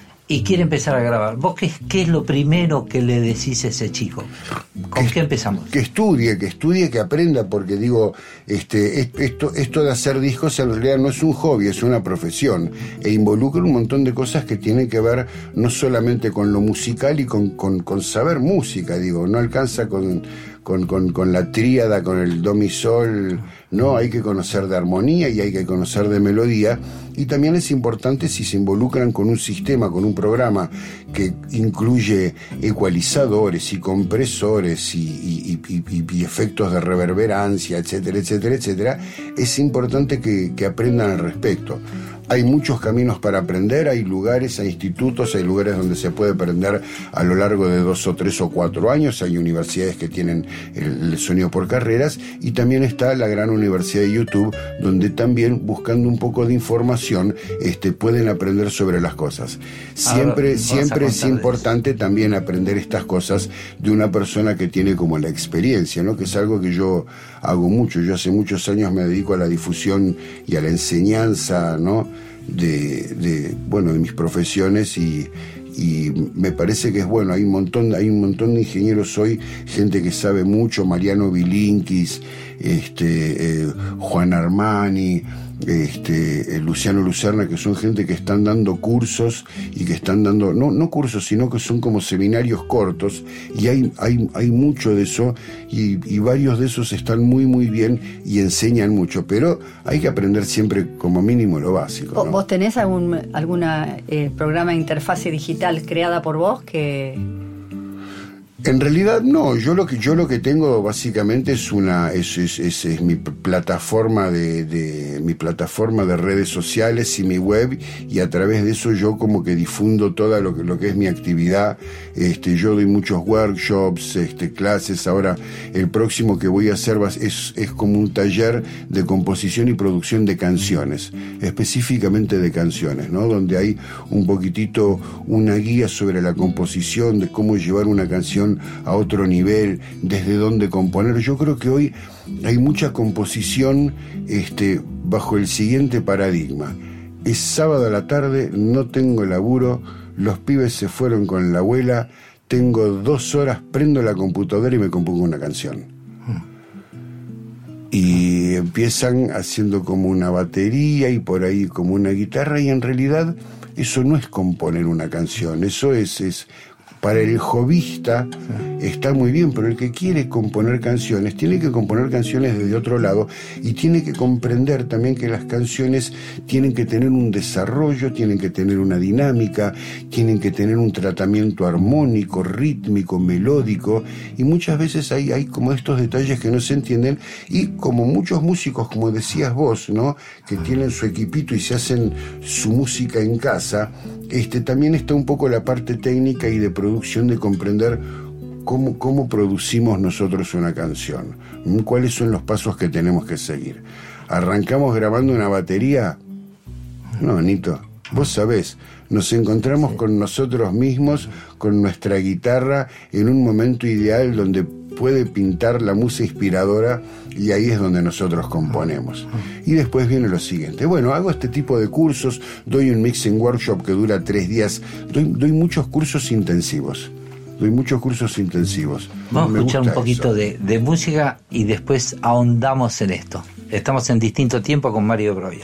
y quiere empezar a grabar. ¿Vos qué, qué es lo primero que le decís a ese chico? ¿Con que, qué empezamos? Que estudie, que estudie, que aprenda, porque digo, este, esto, esto de hacer discos en realidad no es un hobby, es una profesión, e involucra un montón de cosas que tienen que ver no solamente con lo musical y con, con, con saber música, digo, no alcanza con... Con, con, con la tríada, con el do mi sol, no, hay que conocer de armonía y hay que conocer de melodía, y también es importante si se involucran con un sistema, con un programa que incluye ecualizadores y compresores y, y, y, y, y efectos de reverberancia, etcétera, etcétera, etcétera, es importante que, que aprendan al respecto. Hay muchos caminos para aprender, hay lugares, hay institutos, hay lugares donde se puede aprender a lo largo de dos o tres o cuatro años, hay universidades que tienen el, el sonido por carreras, y también está la gran universidad de YouTube, donde también, buscando un poco de información, este, pueden aprender sobre las cosas. Siempre, siempre es importante también aprender estas cosas de una persona que tiene como la experiencia, ¿no? Que es algo que yo hago mucho. Yo hace muchos años me dedico a la difusión y a la enseñanza, ¿no? De, de bueno, de mis profesiones, y, y me parece que es bueno. Hay un montón, hay un montón de ingenieros hoy, gente que sabe mucho, Mariano Bilinkis, este, eh, Juan Armani, este, eh, Luciano Lucerna, que son gente que están dando cursos y que están dando, no, no cursos, sino que son como seminarios cortos, y hay, hay, hay mucho de eso, y, y varios de esos están muy muy bien y enseñan mucho, pero hay que aprender siempre como mínimo lo básico, ¿no? ¿Vos tenés algún alguna eh, programa de interfase digital creada por vos que...? En realidad no, yo lo que yo lo que tengo básicamente es una es, es, es, es mi plataforma de, de mi plataforma de redes sociales y mi web, y a través de eso yo como que difundo toda lo que lo que es mi actividad. Este, yo doy muchos workshops, este, clases. Ahora el próximo que voy a hacer es es como un taller de composición y producción de canciones, específicamente de canciones, ¿no? Donde hay un poquitito una guía sobre la composición, de cómo llevar una canción a otro nivel, desde dónde componer. Yo creo que hoy hay mucha composición este, bajo el siguiente paradigma: es sábado a la tarde, no tengo laburo, los pibes se fueron con la abuela, tengo dos horas, prendo la computadora y me compongo una canción. Y empiezan haciendo como una batería y por ahí como una guitarra, y en realidad eso no es componer una canción, eso es... es para el hobbyista está muy bien, pero el que quiere componer canciones tiene que componer canciones desde otro lado, y tiene que comprender también que las canciones tienen que tener un desarrollo, tienen que tener una dinámica, tienen que tener un tratamiento armónico, rítmico, melódico, y muchas veces hay, hay como estos detalles que no se entienden, y como muchos músicos, como decías vos, ¿no? Que tienen su equipito y se hacen su música en casa, este, también está un poco la parte técnica y de producción, de comprender cómo, cómo producimos nosotros una canción, cuáles son los pasos que tenemos que seguir. ¿Arrancamos grabando una batería? No, Nito, vos sabés, nos encontramos con nosotros mismos, con nuestra guitarra, en un momento ideal donde puede pintar la musa inspiradora, y ahí es donde nosotros componemos. Y después viene lo siguiente. Bueno, hago este tipo de cursos, doy un mixing workshop que dura tres días, doy, doy muchos cursos intensivos. Doy muchos cursos intensivos. Vamos Me a escuchar un gusta poquito eso. de, de música y después ahondamos en esto. Estamos en Distinto Tiempo con Mario Breuer.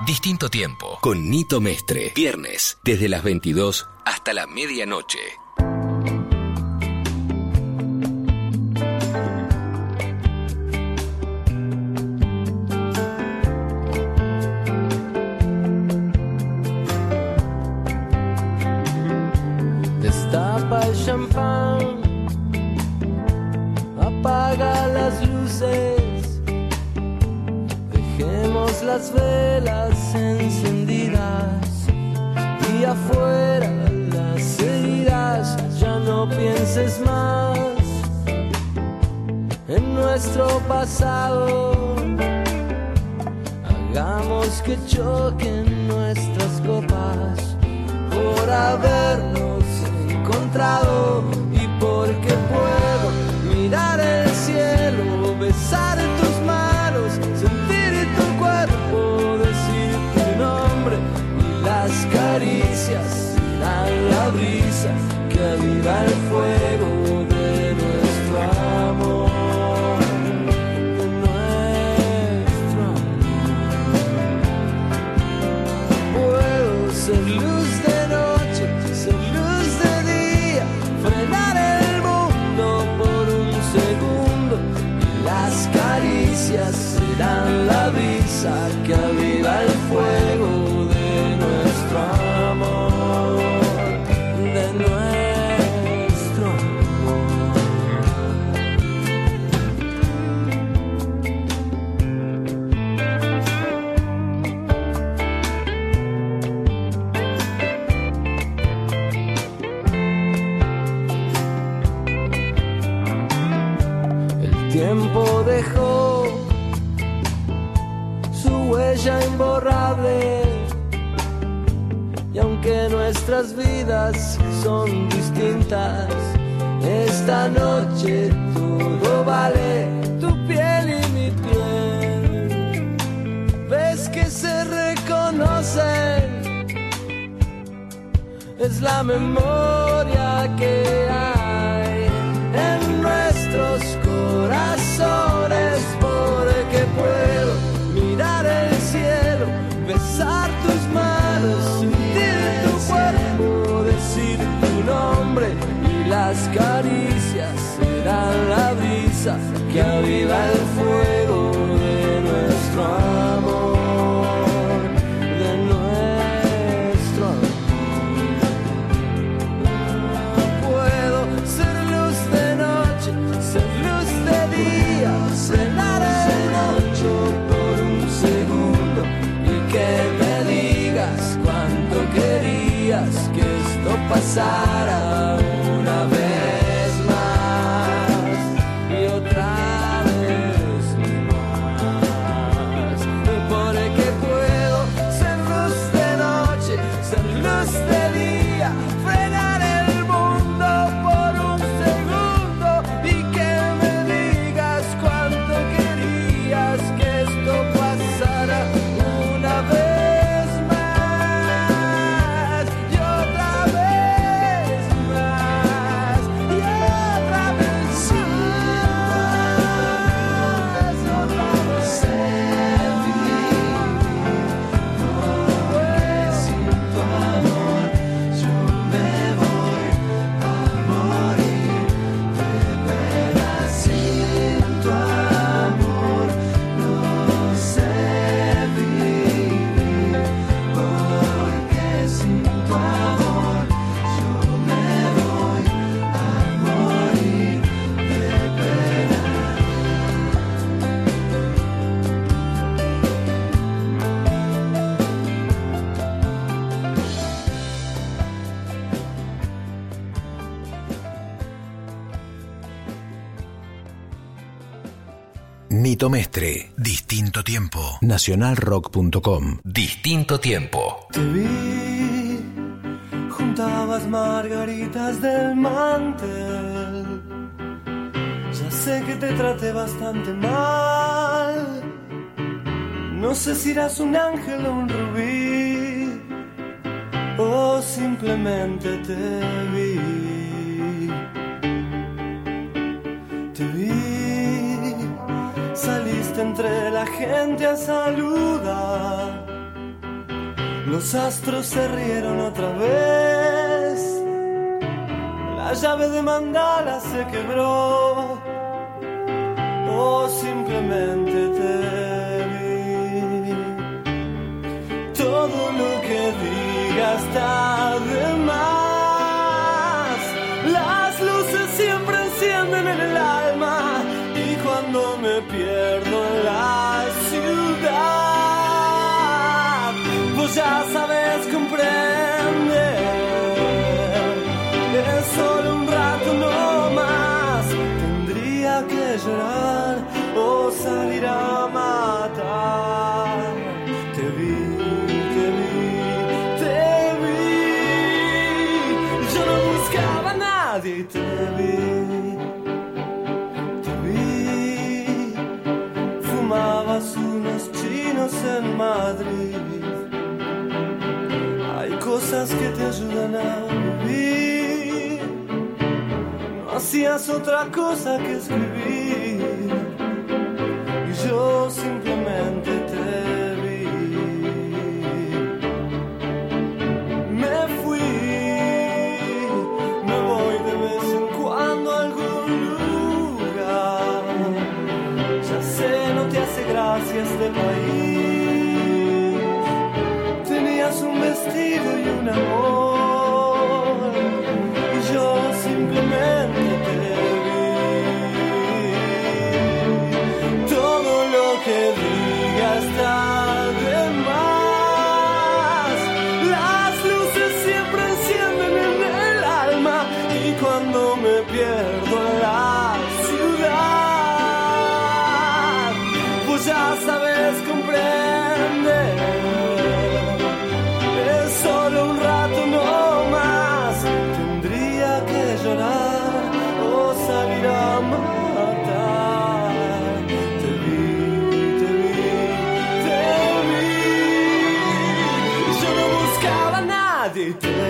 Distinto tiempo, con Nito Mestre. Viernes, desde las veintidós hasta la medianoche. Destapa el champán, apaga las luces, dejemos las velas encendidas y afuera las heridas. Ya no pienses más en nuestro pasado, hagamos que choquen nuestras copas por habernos encontrado y porque puedo mirar el cielo, besar tus manos, sentir tu cuerpo, decir tu nombre y las caricias dan la brisa que aviva el fuego de nuestro amor, de nuestro amor. Puedo ser luz de noche, ser luz de día, frenar el mundo por un segundo y las caricias serán la brisa que aviva el fuego de nuestro amor, de nuestro amor. El tiempo dejó su huella imborrable y aunque nuestras vidas son distintas, esta noche todo vale, tu piel y mi piel. Ves que se reconocen, es la memoria que hay en nuestros corazones, porque puedo mirar el cielo, besar tus manos, sentir tu cuerpo, decir tu nombre y las caricias serán la brisa que aviva el fuego de nuestro amor, de nuestro amor. Puedo ser luz de noche, ser luz de día, cenar el noche por un segundo y que me digas cuánto querías que esto pasara una vez más y otra vez más, porque puedo ser luz de noche, ser luz de día, frenar el mundo por un segundo y que me digas cuánto querías que esto pasara una vez más y otra vez más y otra vez más, otra vez. Sin tu amor yo me voy a morir de pena. Sin tu amor no sé vivir, porque sin tu amor yo me voy a morir de pena. Nito Mestre, Distinto Tiempo. nacional rock punto com. Distinto Tiempo. Te vi, juntabas margaritas del mantel. Ya sé que te traté bastante mal. No sé si eras un ángel o un rubí, o simplemente te vi. Te vi, saliste entre la gente a saludar. Los astros se rieron otra vez, la llave de mandala se quebró, o simplemente te vi. Todo lo que diga está de más, las luces siempre encienden en el alma, y cuando me pierdo en la ciudad, vos ya sabes comprender, es solo un rato no más, tendría que llorar o salir a matar. Te vi, te vi, te vi, yo no buscaba a nadie y te vi, te vi, fumabas unos chinos en Madrid. Hay cosas que te ayudan a vivir, no hacías otra cosa que escribir, y yo simplemente te vi. Me fui, me voy de vez en cuando a algún lugar, ya sé no te hace gracia este país, tenías un vestido y un amor, y yo simplemente te vi. Todo lo que diga está de más, las luces siempre encienden en el alma, y cuando me pierdo en la ciudad, pues ya sabes comprender, es solo un rato no más, tendría que llorar o salir a matar. Te vi, te vi, te vi, yo no buscaba a nadie y te vi,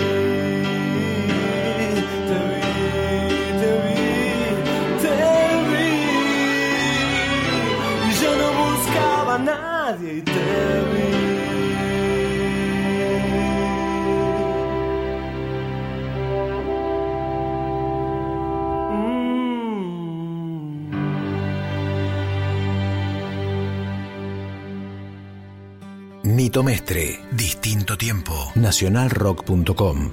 te vi, te vi, te vi, yo no buscaba a nadie y te vi. Nito Mestre, distinto tiempo. nacional rock punto com.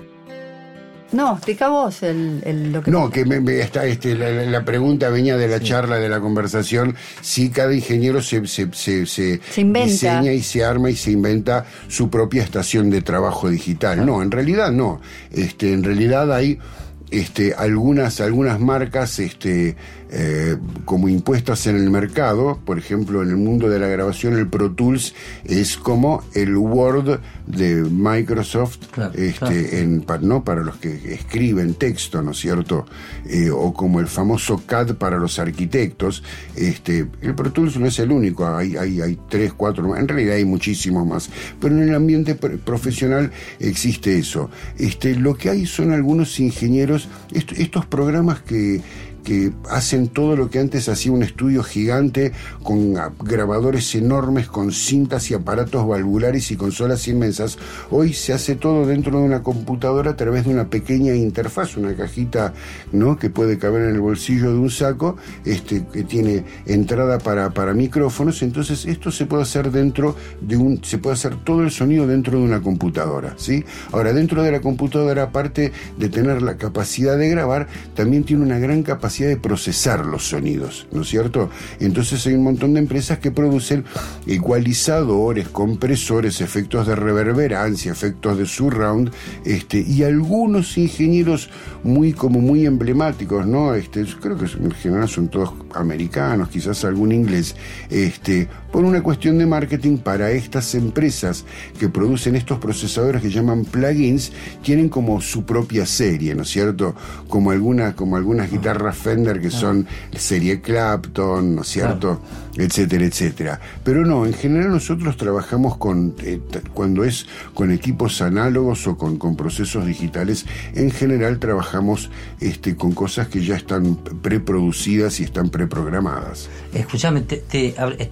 No, explica vos el, el, lo que... No, que me, me está, este, la, la pregunta venía de la sí. charla, de la conversación, si cada ingeniero se, se, se, se, se inventa. diseña y se arma y se inventa su propia estación de trabajo digital. No, en realidad no. Este, en realidad hay este, algunas, algunas marcas este, eh, como impuestas en el mercado. Por ejemplo, en el mundo de la grabación, el Pro Tools es como el Word de Microsoft, claro, este, claro. En, ¿no? Para los que escriben texto, ¿no es cierto? Eh, o como el famoso C A D para los arquitectos. Este, el Pro Tools no es el único, hay, hay, hay tres, cuatro, en realidad hay muchísimos más, pero en el ambiente profesional existe eso. Este, lo que hay son algunos ingenieros, est- estos programas que que hacen todo lo que antes hacía un estudio gigante con grabadores enormes, con cintas y aparatos valvulares y consolas inmensas. Hoy se hace todo dentro de una computadora a través de una pequeña interfaz, una cajita, ¿no?, que puede caber en el bolsillo de un saco, este, que tiene entrada para, para micrófonos. Entonces esto se puede hacer dentro de un, se puede hacer todo el sonido dentro de una computadora, ¿sí? Ahora, dentro de la computadora, aparte de tener la capacidad de grabar, también tiene una gran capacidad de procesar los sonidos, ¿no es cierto? Entonces hay un montón de empresas que producen ecualizadores, compresores, efectos de reverberancia, efectos de surround, este, y algunos ingenieros muy como muy emblemáticos, ¿no? Este, creo que en general son todos americanos, quizás algún inglés, este, por una cuestión de marketing, para estas empresas que producen estos procesadores que llaman plugins, tienen como su propia serie, ¿no es cierto? Como algunas, como algunas guitarras Fender que son serie Clapton, ¿no es cierto? Claro. Etcétera, etcétera. Pero no, en general nosotros trabajamos con, eh, t- cuando es con equipos análogos o con, con procesos digitales, en general trabajamos este, con cosas que ya están preproducidas y están preprogramadas. Escúchame, te, te, estabas hablando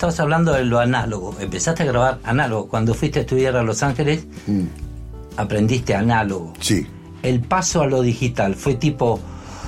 hablando de lo análogo, empezaste a grabar análogo. Cuando fuiste a estudiar a Los Ángeles, mm. aprendiste análogo. Sí. El paso a lo digital fue tipo,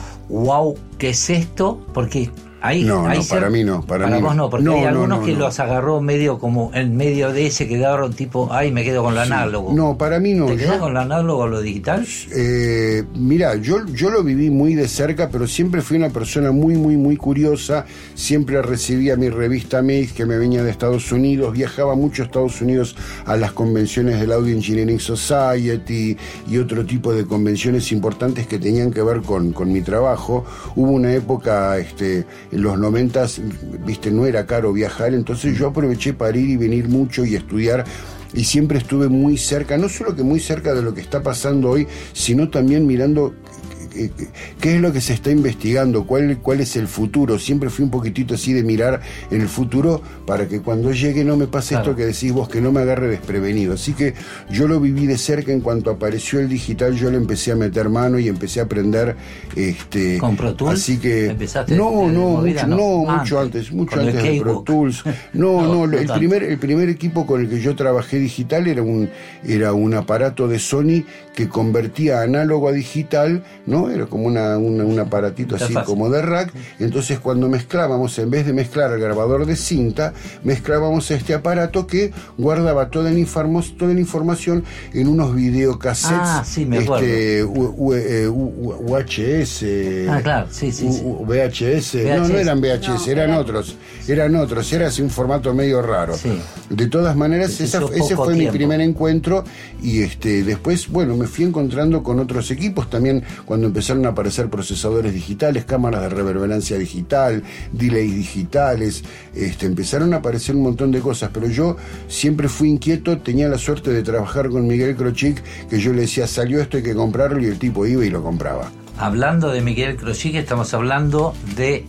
wow, ¿qué es esto? Porque ahí... No, ahí no, se... para mí no. Para, para mí vos no, no, porque no, hay no, algunos no, que no. los agarró medio como en medio de ese, quedaron tipo, ay, me quedo con lo Sí. análogo. No, para mí no. ¿Te quedás Yo- con lo análogo o lo digital? Eh, mira, yo, yo lo viví muy de cerca, pero siempre fui una persona muy, muy, muy curiosa. Siempre recibía mi revista Mix, que me venía de Estados Unidos. Viajaba mucho a Estados Unidos a las convenciones del Audio Engineering Society y otro tipo de convenciones importantes que tenían que ver con, con mi trabajo. Hubo una época, este, en los noventas, viste, no era caro viajar, entonces yo aproveché para ir y venir mucho y estudiar. Y siempre estuve muy cerca, no solo que muy cerca de lo que está pasando hoy, sino también mirando qué, qué, qué es lo que se está investigando, cuál, cuál es el futuro. Siempre fui un poquitito así de mirar en el futuro para que cuando llegue no me pase Claro. esto que decís vos, que no me agarre desprevenido. Así que yo lo viví de cerca. En cuanto apareció el digital, yo le empecé a meter mano y empecé a aprender. Este, ¿Con Pro Tools? Así que ¿Empezaste no, de no, movida? mucho, no, No, mucho antes. antes, mucho Con el antes de Pro K-Book. Tools. No, No, no, no el tanto. primer el primer equipo con el que yo trabajé digital era un era un aparato de Sony que convertía análogo a digital, ¿no? Era como una, una- un aparatito así Interfaz. como de rack. Entonces cuando mezclábamos, en vez de mezclar al grabador de cinta, mezclábamos este aparato que guardaba toda la, informos- toda la información en unos videocassettes, Ah, sí, me acuerdo. este, U- U- eh, U- U H S, Ah, claro, sí, sí, sí. U- V H S, no, no V H S. eran V H S, No, eran eran- otros, eran otros, era así un formato medio raro. Sí. De todas maneras, Se esa- hizo ese poco fue mi tiempo. primer encuentro y este después, bueno, me fui encontrando con otros equipos también cuando empezaron a aparecer procesadores digitales, cámaras de reverberancia digital, delays digitales, este, empezaron a aparecer un montón de cosas, pero yo siempre fui inquieto, tenía la suerte de trabajar con Miguel Crochic, que yo le decía, salió esto, hay que comprarlo, y el tipo iba y lo compraba. Hablando de Miguel Crochic, estamos hablando de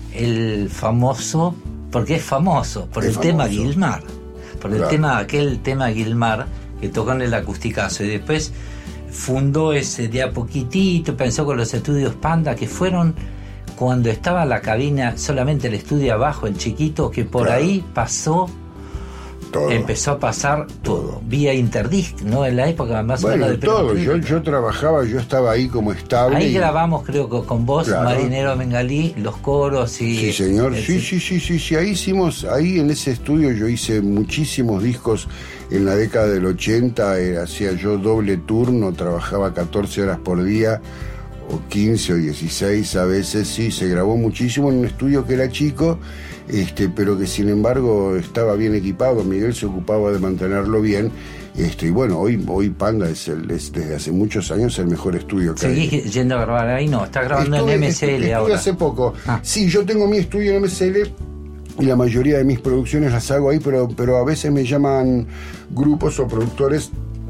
el famoso, porque es famoso, por Es el famoso. tema Guilmar, por el Claro. tema, aquel tema Guilmar que tocó en el acusticazo, y después fundó ese de a poquitito, pensó con los estudios Panda, que fueron cuando estaba la cabina, solamente el estudio abajo, el chiquito, que por Claro. ahí pasó, Todo. empezó a pasar todo, vía Interdisc, ¿no? En la época más o Bueno, menos de todo, yo, Perón. yo trabajaba, yo estaba ahí como estable. Ahí y- grabamos, creo que con vos, Claro. Marinero Bengalí, los coros y... Sí, señor. el- Sí, sí, sí, sí, sí. Ahí hicimos, ahí en ese estudio yo hice muchísimos discos en la década del ochenta. eh, hacía yo doble turno, trabajaba catorce horas por día, o quince o dieciséis a veces. Sí, se grabó muchísimo en un estudio que era chico, este, pero que sin embargo estaba bien equipado. Miguel se ocupaba de mantenerlo bien. Este, y bueno, hoy, hoy Panda es, el, es desde hace muchos años el mejor estudio que hay. ¿Seguís yendo a grabar ahí? No, estás grabando Estuve- en M C L estuve ahora. hace poco. Ah. Sí, yo tengo mi estudio en M C L y la mayoría de mis producciones las hago ahí, pero, pero a veces me llaman grupos o productores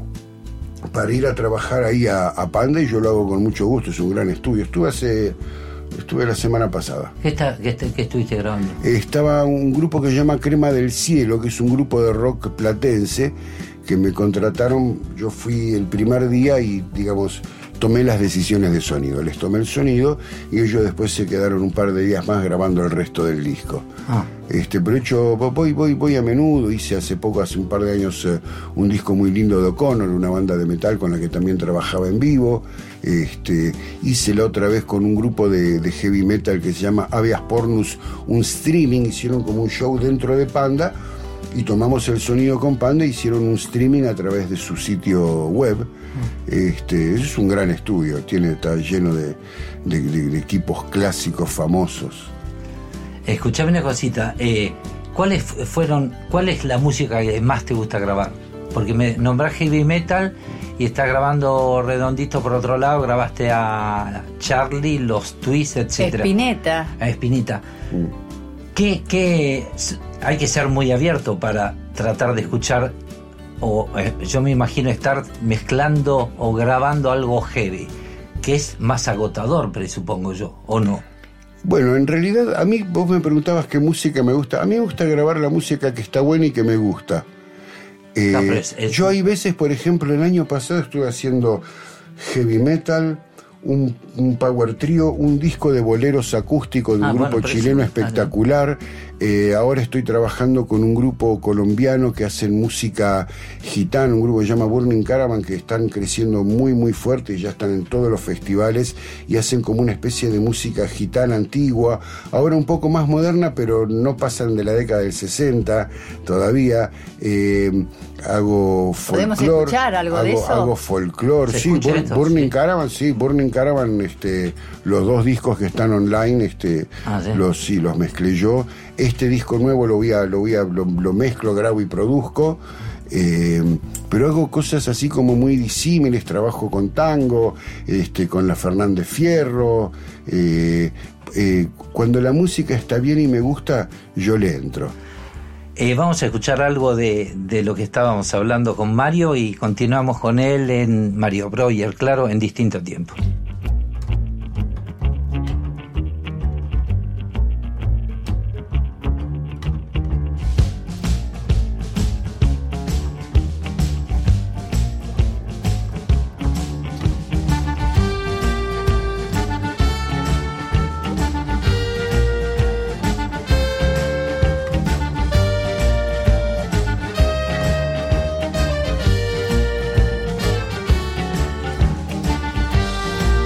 para ir a trabajar ahí a, a Panda, y yo lo hago con mucho gusto. Es un gran estudio. Estuve hace estuve la semana pasada. ¿Qué, está, qué, está- qué estuviste grabando? Estaba un grupo que se llama Crema del Cielo, que es un grupo de rock platense que me contrataron. Yo fui el primer día y, digamos, tomé las decisiones de sonido. Les tomé el sonido y ellos después se quedaron un par de días más grabando el resto del disco. Ah. Este, pero hecho, voy, voy, voy a menudo. Hice hace poco, hace un par de años, eh, un disco muy lindo de O'Connor, una banda de metal con la que también trabajaba en vivo. Este, hice la otra vez con un grupo de, de heavy metal que se llama Habeas Pornus, un streaming. Hicieron como un show dentro de Panda y tomamos el sonido con Panda e hicieron un streaming a través de su sitio web. Este, es un gran estudio, tiene, está lleno de, de, de- de equipos clásicos famosos. Escuchame una cosita. Eh, ¿Cuáles fu- fueron, cuál es la música que más te gusta grabar? Porque me nombrás heavy metal y estás grabando Redondito por otro lado, grabaste a Charlie, los Twists, etcétera. Spinetta. A Espinita. ¿Qué, qué, s- hay que ser muy abierto para tratar de escuchar, o eh, yo me imagino estar mezclando o grabando algo heavy, que es más agotador, presupongo yo, ¿o no? Bueno, en realidad, a mí, vos me preguntabas qué música me gusta. A mí me gusta grabar la música que está buena y que me gusta. Eh, No, pero es- es- Yo hay veces, por ejemplo, el año pasado estuve haciendo heavy metal, un, un power trio, un disco de boleros acústicos de un Ah, grupo bueno, pero chileno eso- espectacular. Eh, ahora estoy trabajando con un grupo colombiano que hacen música gitana, un grupo que se llama Burning Caravan, que están creciendo muy muy fuerte y ya están en todos los festivales y hacen como una especie de música gitana antigua, ahora un poco más moderna, pero no pasan de la década del sesenta todavía. Eh, hago ¿Podemos folclore, escuchar algo hago, de eso? hago folclore, ¿Se sí, escucha Bur- esto? Burning Sí. Caravan, sí, Burning Caravan, este, los dos discos que están online, este, Ah, ¿sí? los sí, los mezclé yo. Este disco nuevo lo voy a, lo voy a, lo, lo mezclo, grabo y produzco. Eh, pero hago cosas así como muy disímiles, trabajo con tango, este, con la Fernández Fierro. Eh, eh, cuando la música está bien y me gusta, yo le entro. Eh, vamos a escuchar algo de, de lo que estábamos hablando con Mario y continuamos con él en Mario Breuer, claro, en distinto tiempo. Thank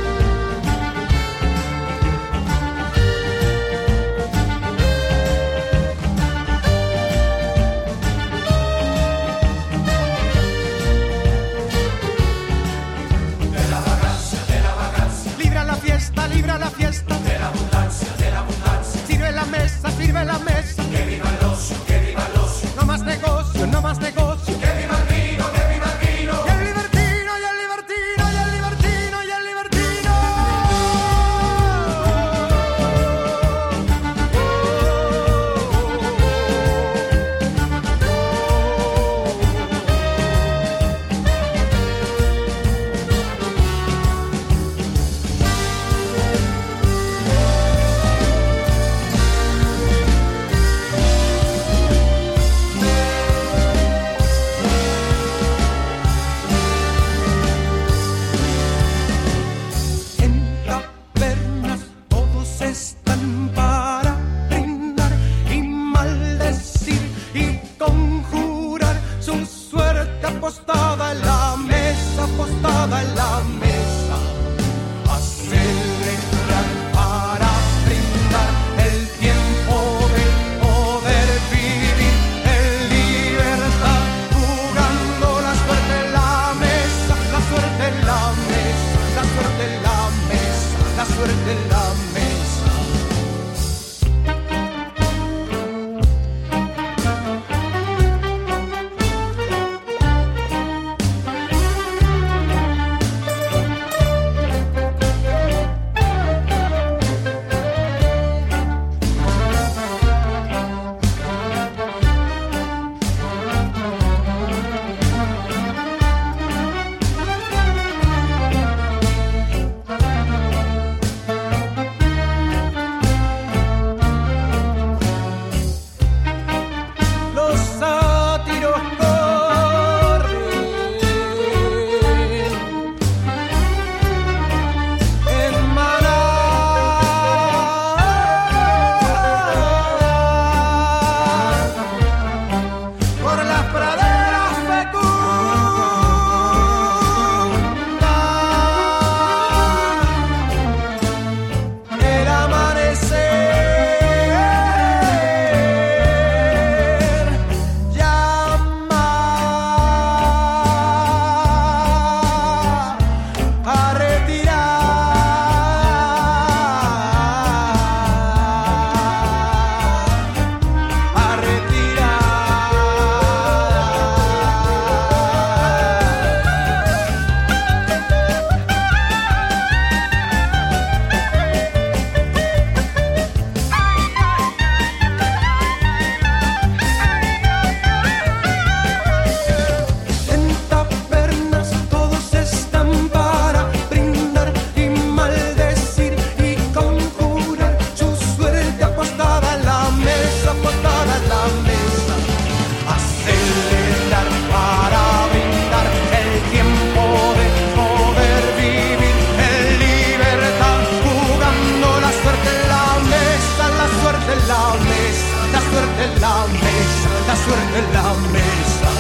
suerte en la mesa.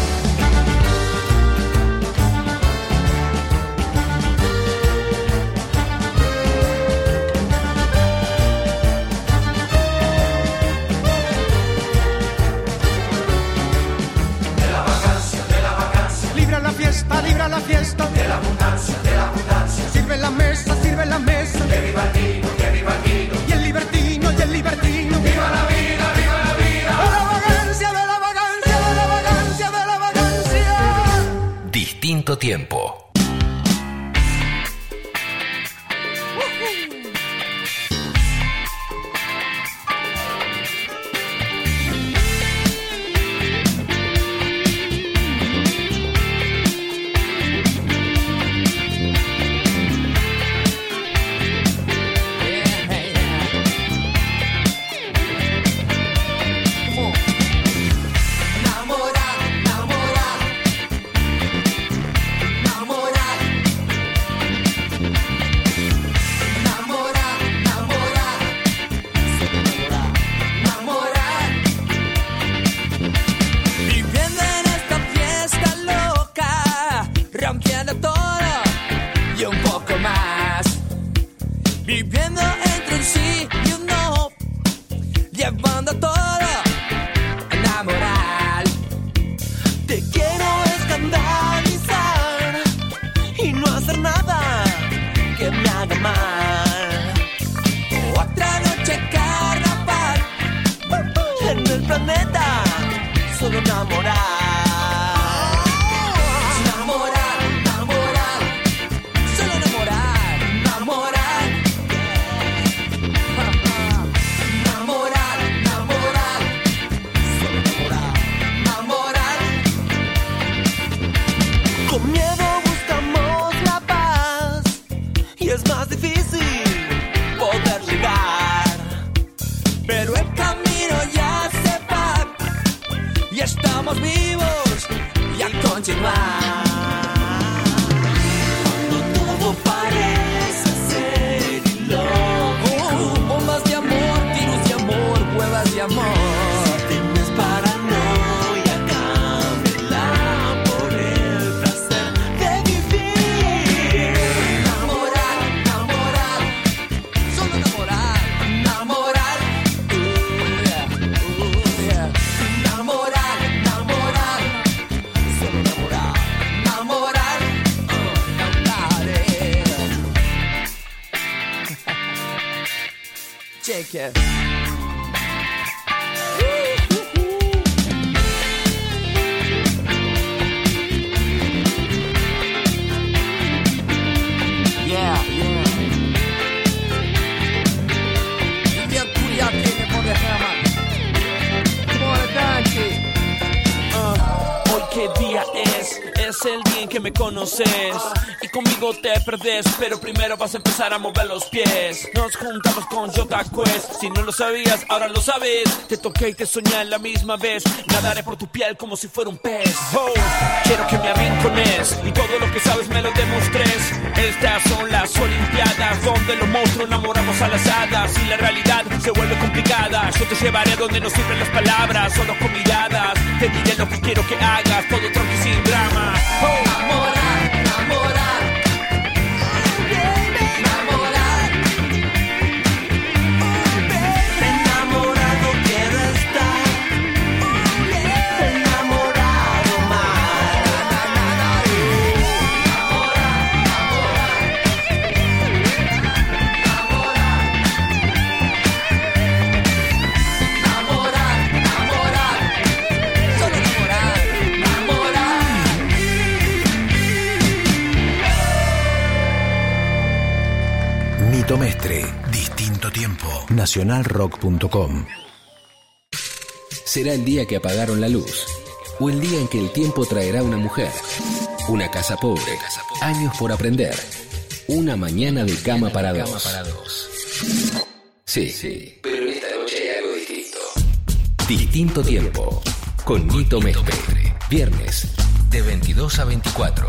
Libra la fiesta, libra la fiesta. De la abundancia, de la abundancia. Sirve la mesa, sirve la mesa. Que viva el vino, que viva el vino. Y el libertino, y el libertino. Viva la vida, viva la vida. De la vagancia, de la vagancia, de la vagancia, de la vagancia. Distinto tiempo. Viviendo entre un sí y un no, llevando todo a enamorar. Te quiero escandalizar y no hacer nada que me haga mal. Otra noche carnaval en el planeta, solo enamorar. Estamos vivos y a continuar. Cuando todo parece ser ilógico, bombas de amor, tiros de amor, pruebas de amor. Si tienes paranoia, cámbiala por el placer de vivir. Enamorar, enamorar, solo enamorar, enamorar. Uh, yeah, uh, yeah. Enamorar. Check it. Yeah, yeah. India Curia tiene por derrama. Mordanchi. Uh, hoy qué día es. Es el día en que me conoces y conmigo te perdés, pero primero vas a empezar a mover los pies. Nos juntamos con Jota Quest, si no lo sabías, ahora lo sabes. Te toqué y te soñé en la misma vez. Nadaré por tu piel como si fuera un pez. Oh, quiero que me arrincones y todo lo que sabes me lo demostrés. Estas son las Olimpiadas donde los monstruos enamoramos a las hadas y la realidad se vuelve complicada. Yo te llevaré a donde no sirven las palabras, solo con miradas. Te diré lo que quiero que hagas, todo tranqui sin drama. Oh. Enamorar, enamorar, oh, baby. Enamorar, oh, baby. Enamorado quiero estar, oh, yeah. Enamorado más. Enamorar, enamorar, enamorar, enamorar, solo enamorar, enamorar. Nito Mestre, distinto tiempo. nacional rock punto com. Será el día que apagaron la luz, o el día en que el tiempo traerá una mujer, una casa pobre, años por aprender, una mañana de cama para dos. Sí, sí, pero esta noche hay algo distinto. Distinto tiempo, con Nito Mestre. Viernes, de veintidós a veinticuatro.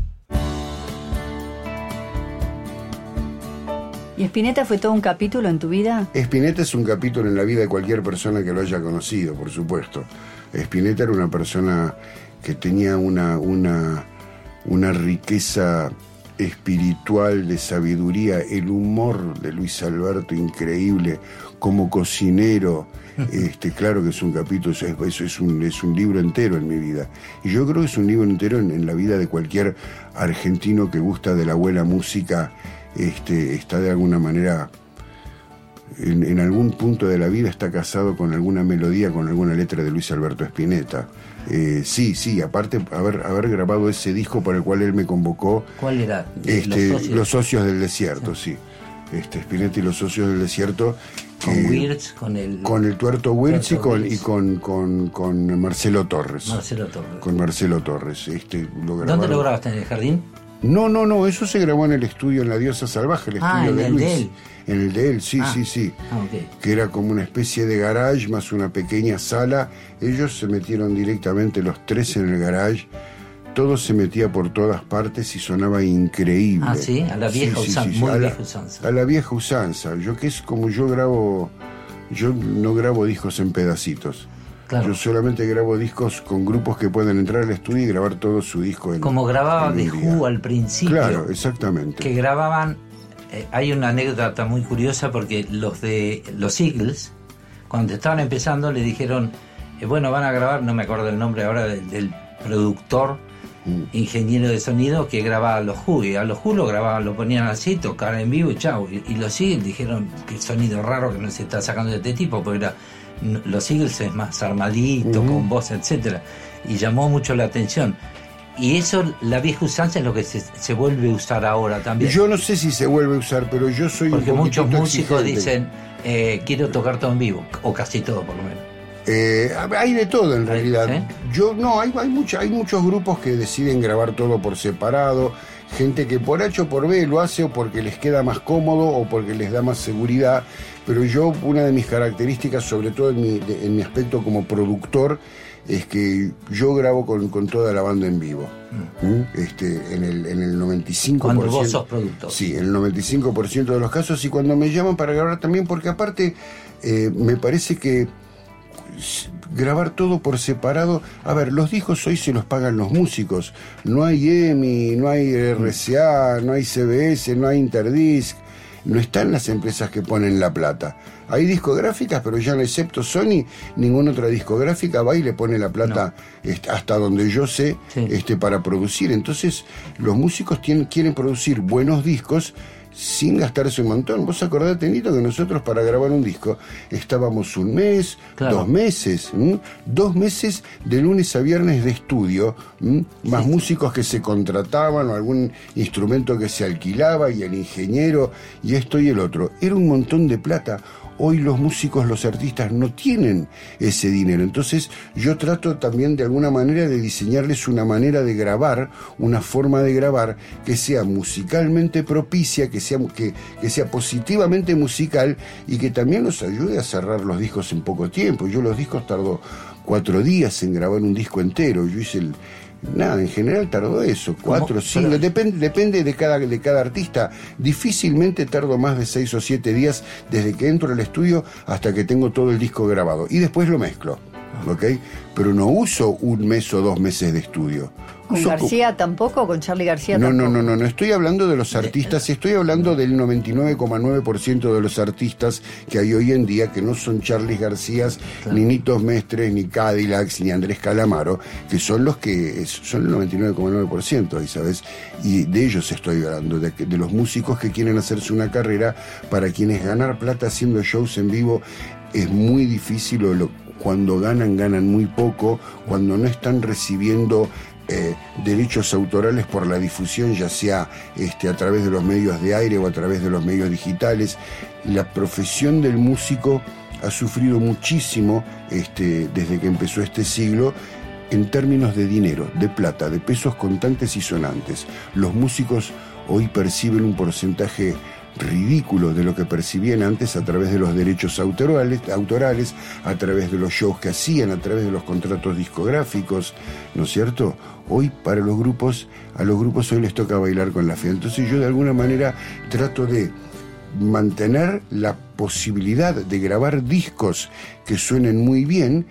¿Y Spinetta fue todo un capítulo en tu vida? Spinetta es un capítulo en la vida de cualquier persona que lo haya conocido, por supuesto. Spinetta era una persona que tenía una, una, una riqueza espiritual, de sabiduría, el humor de Luis Alberto increíble, como cocinero. Este, claro que es un capítulo, eso es, eso es, un, es un libro entero en mi vida. Y yo creo que es un libro entero en, en la vida de cualquier argentino que gusta de la buena música. Este, está de alguna manera, en, en algún punto de la vida, está casado con alguna melodía, con alguna letra de Luis Alberto Spinetta. Eh, sí, sí, aparte haber, haber grabado ese disco para el cual él me convocó. ¿Cuál era? Este, los, socios. los Socios del Desierto, sí. sí. Este, Spinetta y los Socios del Desierto. Con eh, Wirtz, con el... Con el Tuerto Wirtz y, con, Wirtz. y con, con, con Marcelo Torres. Marcelo Torres. Con Marcelo Torres. Este, lo ¿Dónde grabaron. lo grabaste? ¿En el jardín? No, no, no, eso se grabó en el estudio, en La Diosa Salvaje, el Ah, estudio en de el Luis. de él. En el de él, sí, Ah. sí, sí. Ah, ok. Que era como una especie de garage más una pequeña sala. Ellos se metieron directamente los tres en el garage. Todo se metía por todas partes y sonaba increíble. Ah, sí, a la vieja usanza, muy a la, vieja usanza. A la vieja usanza. Yo que es como yo grabo, yo no grabo discos en pedacitos. Claro. Yo solamente grabo discos con grupos que pueden entrar al estudio y grabar todo su disco en Como grababa en The un día. Who al principio. Claro, exactamente. Que grababan, eh, hay una anécdota muy curiosa porque los de los Eagles, cuando estaban empezando, le dijeron, eh, bueno, van a grabar, no me acuerdo el nombre ahora del, del productor, mm. ingeniero de sonido que grababa a los Who, y a los Who lo grababan, lo ponían así, tocaban en vivo y chau. Y, y los Eagles dijeron, qué sonido raro que no se está sacando de este tipo, porque era, no, los Eagles es más armadito, uh-huh. con voz, etcétera, y llamó mucho la atención. Y eso, la vieja usanza, es lo que se, se vuelve a usar ahora también. Yo no sé si se vuelve a usar, pero yo soy Porque un muchos músicos exigente. dicen, eh, quiero tocar todo en vivo, o casi todo por lo menos. Eh, hay de todo en realidad. ¿Sí? Yo no, hay, hay, mucha, hay muchos grupos que deciden grabar todo por separado, gente que por H o por B lo hace o porque les queda más cómodo o porque les da más seguridad, pero yo, una de mis características, sobre todo en mi, de, en mi aspecto como productor, es que yo grabo con, con toda la banda en vivo. Mm. ¿Mm? Este, en el, en el noventa y cinco por ciento. Cuando vos sos productor. Sí, en el noventa y cinco por ciento de los casos, y cuando me llaman para grabar también, porque aparte eh, me parece que grabar todo por separado, a ver, los discos hoy se los pagan los músicos, no hay E M I, no hay R C A, no hay C B S, no hay Interdisc, no están las empresas que ponen la plata. Hay discográficas, pero ya no, excepto Sony, ninguna otra discográfica va y le pone la plata no. este, hasta donde yo sé, sí. este, para producir. Entonces los músicos tienen, quieren producir buenos discos sin gastarse un montón. Vos acordate, Nito, que nosotros para grabar un disco estábamos un mes, claro. dos meses, ¿m? dos meses de lunes a viernes de estudio, ¿m? más sí. músicos que se contrataban o algún instrumento que se alquilaba y el ingeniero y esto y el otro. Era un montón de plata. Hoy los músicos, los artistas no tienen ese dinero. Entonces yo trato también de alguna manera de diseñarles una manera de grabar, una forma de grabar que sea musicalmente propicia, que sea, que, que sea positivamente musical y que también los ayude a cerrar los discos en poco tiempo. Yo los discos tardó cuatro días en grabar un disco entero. Yo hice el... Nada, en general tardó eso, cuatro, cinco, pero... depende, depende de cada, de cada artista. Difícilmente tardo más de seis o siete días desde que entro al estudio hasta que tengo todo el disco grabado. Y después lo mezclo, ¿ok? Pero no uso un mes o dos meses de estudio. ¿Con uso García co... tampoco? ¿Con Charly García no, tampoco? No, no, no, no estoy hablando de los artistas, estoy hablando del noventa y nueve coma nueve por ciento de los artistas que hay hoy en día, que no son Charly Garcías, claro. ni Nitos Mestres, ni Cadillacs, ni Andrés Calamaro, que son los que son el noventa y nueve coma nueve por ciento, ¿sabes? Y de ellos estoy hablando, de, de los músicos que quieren hacerse una carrera, para quienes ganar plata haciendo shows en vivo es muy difícil, o lo, cuando ganan, ganan muy poco, cuando no están recibiendo Eh, derechos autorales por la difusión, ya sea este, a través de los medios de aire o a través de los medios digitales. La profesión del músico ha sufrido muchísimo este, desde que empezó este siglo en términos de dinero, de plata, de pesos contantes y sonantes. Los músicos hoy perciben un porcentaje ridículo de lo que percibían antes a través de los derechos autorales, autorales, a través de los shows que hacían, a través de los contratos discográficos, ¿no es cierto? Hoy para los grupos, a los grupos hoy les toca bailar con la fe. Entonces yo de alguna manera trato de mantener la posibilidad de grabar discos que suenen muy bien,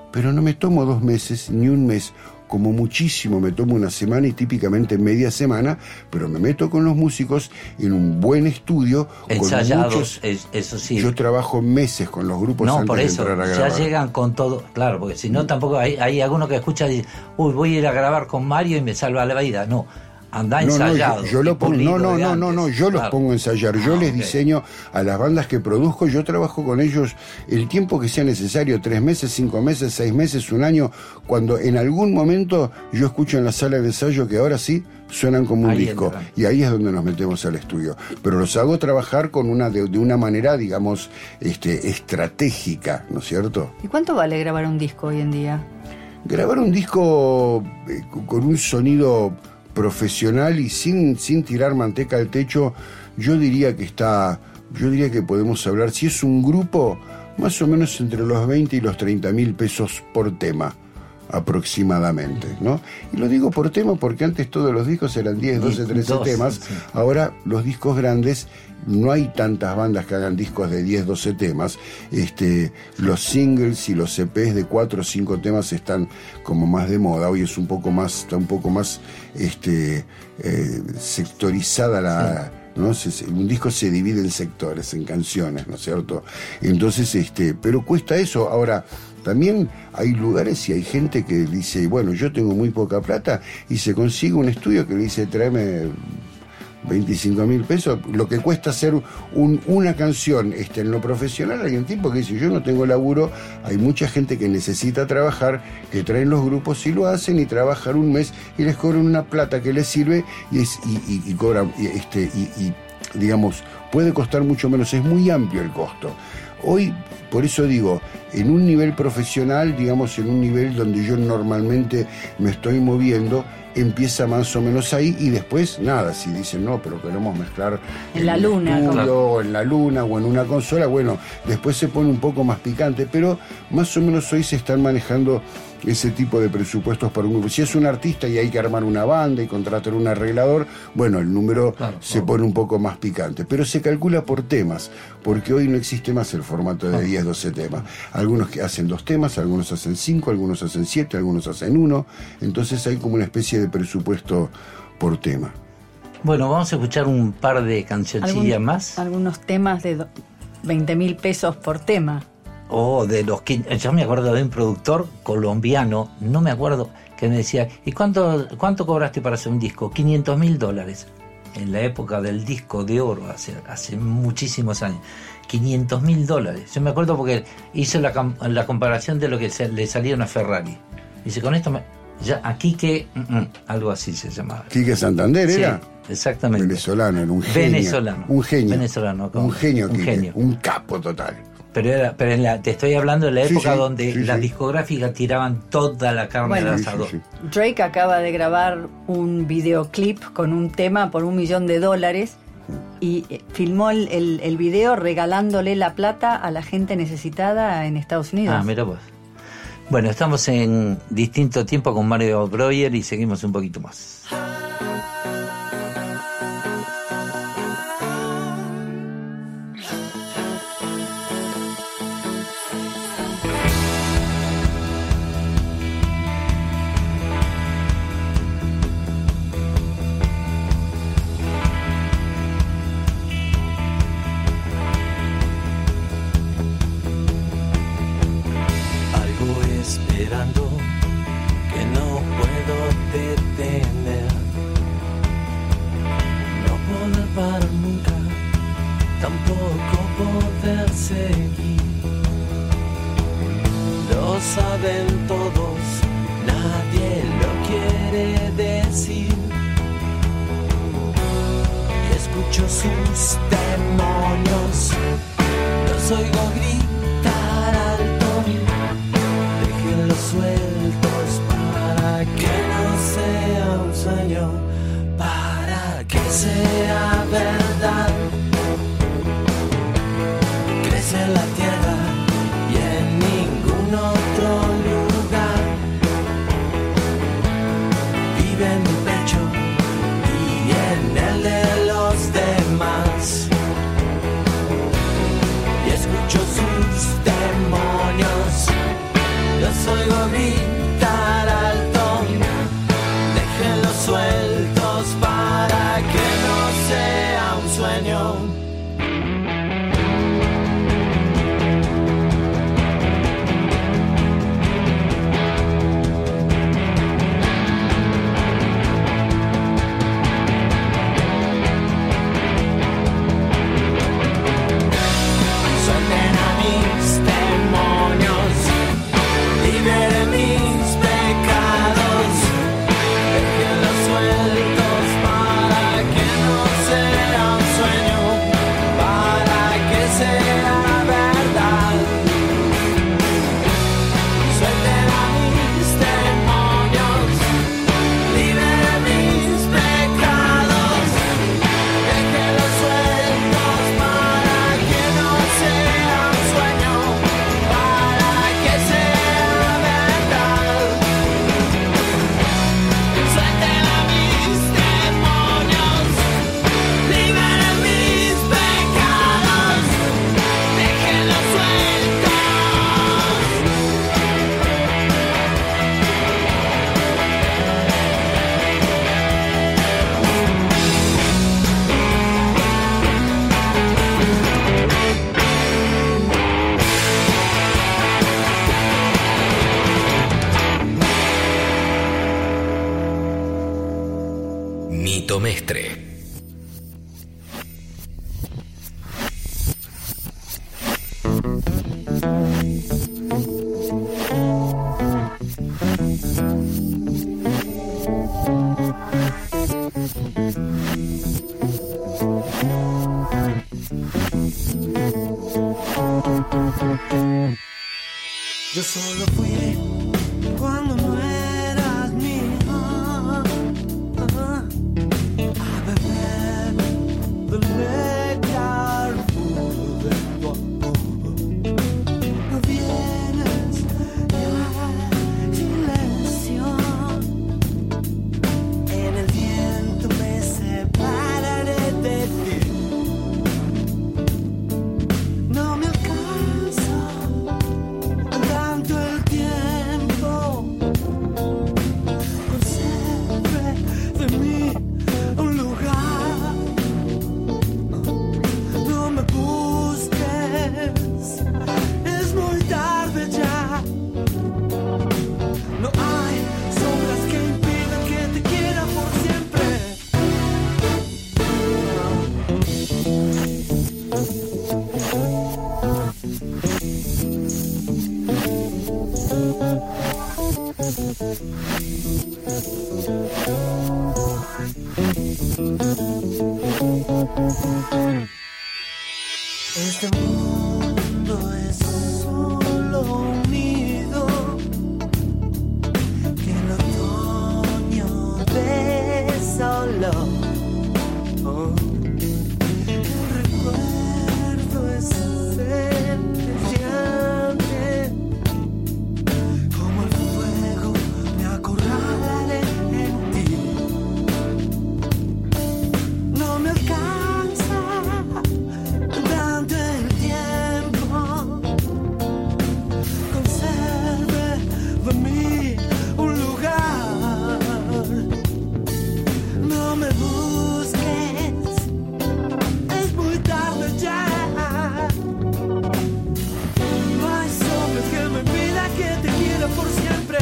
pero no me tomo dos meses ni un mes. Como muchísimo me tomo una semana y típicamente media semana, pero me meto con los músicos en un buen estudio. Ensayados, con muchos, es, eso sí. Yo trabajo meses con los grupos no, antes por de eso, entrar a ya grabar. llegan con todo, claro, porque si no tampoco hay, hay alguno que escucha y dice, uy, voy a ir a grabar con Mario y me salva la vida. No, anda No, ensayado. no, yo, yo lo pongo, no, no, no, no, no, yo los claro. pongo a ensayar, yo Ah, les okay. diseño a las bandas que produzco, yo trabajo con ellos el tiempo que sea necesario, tres meses, cinco meses, seis meses, un año, cuando en algún momento yo escucho en la sala de ensayo que ahora sí suenan como un Ahí disco, entran. y ahí es donde nos metemos al estudio, pero los hago trabajar con una de, de una manera, digamos, este, estratégica, ¿no es cierto? ¿Y cuánto vale grabar un disco hoy en día? Grabar un disco eh, con un sonido profesional y sin, sin tirar manteca al techo, yo diría que está, yo diría que podemos hablar, si es un grupo, más o menos entre los veinte y los treinta mil pesos por tema, aproximadamente, ¿no? Y lo digo por tema porque antes todos los discos eran diez, doce, trece doce, temas, sí. ahora los discos grandes, no hay tantas bandas que hagan discos de diez, doce temas, este, los singles y los E Pes de cuatro o cinco temas están como más de moda, hoy es un poco más, está un poco más este, eh, sectorizada la... ¿no? Se, se, un disco se divide en sectores, en canciones, ¿no es cierto? Entonces, este, pero cuesta eso. Ahora, también hay lugares y hay gente que dice, bueno, yo tengo muy poca plata, y se consigue un estudio que le dice, tráeme veinticinco mil pesos, lo que cuesta hacer un, una canción este, en lo profesional. Hay un tipo que dice, yo no tengo laburo, hay mucha gente que necesita trabajar, que traen los grupos y lo hacen, y trabajan un mes y les cobran una plata que les sirve, y, es, y, y, y cobran, y, este, y, y digamos, puede costar mucho menos, es muy amplio el costo. Hoy, por eso digo, en un nivel profesional, digamos, en un nivel donde yo normalmente me estoy moviendo, empieza más o menos ahí, y después nada, si dicen no, pero queremos mezclar En la luna, estudio, como- o en la luna o en una consola, bueno, después se pone un poco más picante, pero más o menos hoy se están manejando ese tipo de presupuestos para un grupo. Si es un artista y hay que armar una banda y contratar un arreglador, bueno, el número Claro, se claro. pone un poco más picante, pero se calcula por temas, porque hoy no existe más el formato de diez, doce temas. Algunos que hacen dos temas, algunos hacen cinco, algunos hacen siete, algunos hacen uno, entonces hay como una especie de presupuesto por tema. Bueno, vamos a escuchar un par de cancioncillas Algún- más. Algunos temas de do- veinte mil pesos por tema. O de los que yo me acuerdo de un productor colombiano, no me acuerdo, que me decía, ¿y cuánto cuánto cobraste para hacer un disco? quinientos mil dólares. En la época del disco de oro, hace, hace muchísimos años. quinientos mil dólares. Yo me acuerdo porque hizo la, cam- la comparación de lo que se, le salía una Ferrari. Dice, con esto, me, ya aquí que, mm, mm, algo así se llamaba. Quique Santander Sí, era exactamente. venezolano, era un genio. Venezolano. Un genio. Venezolano, como- un genio, un Quique, genio. un capo total. Pero, era, pero en la, te estoy hablando de la Sí, época sí, donde sí, las sí. discográficas tiraban toda la carne Bueno, al Sí, sí, asador. sí. Drake acaba de grabar un videoclip con un tema por un millón de dólares y eh, filmó el, el, el video regalándole la plata a la gente necesitada en Estados Unidos. Ah, mira vos. Bueno, estamos en distinto tiempo con Mario Breuer y seguimos un poquito más. Algo esperando que no puedo detener. No poder parar nunca, tampoco poder seguir. Lo saben todos, nadie lo quiere decir. Y escucho sus demonios, los oigo gritar alto. Déjenlos sueltos para que no sea un sueño, para que sea verdad. Crece en la tierra y en ningún otro lugar. Vive en mi pecho y en el de los demás. Y escucho sus demonios, los oigo Nito Mestre. Yo solo fui cuando no eras mía a beber del néctar puro de tu amor. No vienes ya silencio, en el viento me separaré de ti. No me alcanza tanto el tiempo, conserve de mí un lugar. No me busques, es muy tarde ya. No hay sombras que impidan que te quiera por siempre. Este mundo es solo un nido que el otoño desoló. Oh. El recuerdo es centelleante, como el fuego me acorralaré en ti. No me alcanza tanto el tiempo, conserve de mí un lugar. No me busques, es muy tarde ya. No hay sombras que me impidan que te quiera por siempre.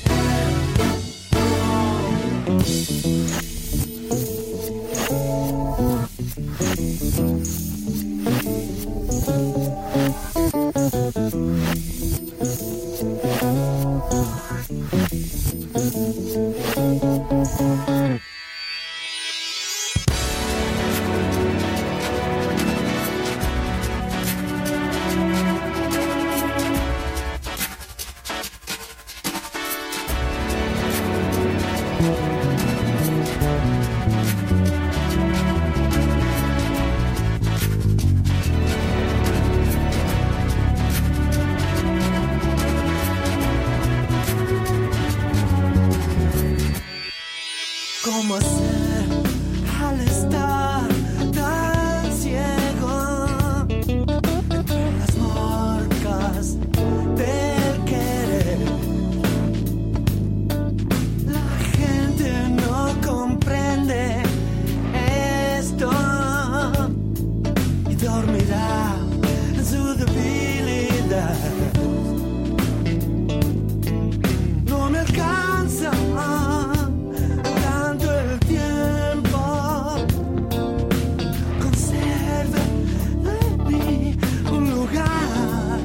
¿Cómo hacer al estar tan ciego entre las marcas del querer? La gente no comprende esto y dormirá en su debilidad. No me alcanza tanto el tiempo, conserve de mí un lugar.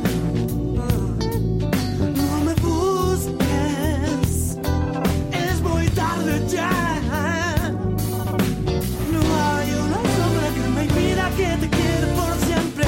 No me busques, es muy tarde ya. No hay una sombra que me impida que te quiera por siempre.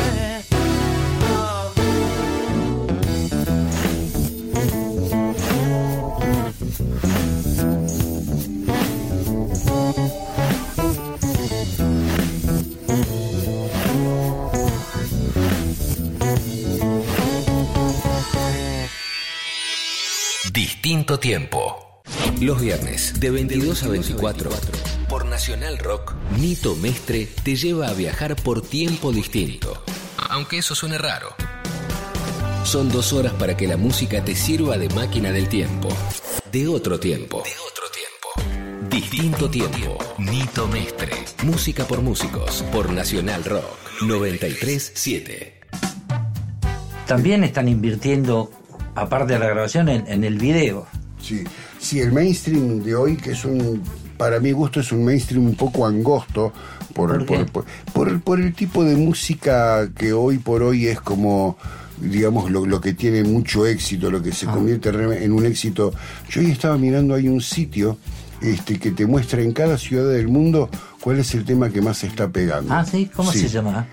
Distinto tiempo. Los viernes de veintidós a veinticuatro por Nacional Rock, Nito Mestre te lleva a viajar por tiempo distinto. Aunque eso suene raro. Son dos horas para que la música te sirva de máquina del tiempo. De otro tiempo. De otro tiempo. Distinto tiempo. Nito Mestre. Música por músicos. Por Nacional Rock noventa y tres siete. También están invirtiendo, aparte de la grabación, en, en el video. Sí, sí, el mainstream de hoy, que es un para mi gusto es un mainstream un poco angosto por, ¿Por, por, por, por, por el tipo de música que hoy por hoy es como, digamos, lo, lo que tiene mucho éxito, lo que se ah. convierte en un éxito. Yo hoy estaba mirando, hay un sitio este, que te muestra en cada ciudad del mundo cuál es el tema que más se está pegando. Ah, ¿sí? ¿Cómo sí. se llama?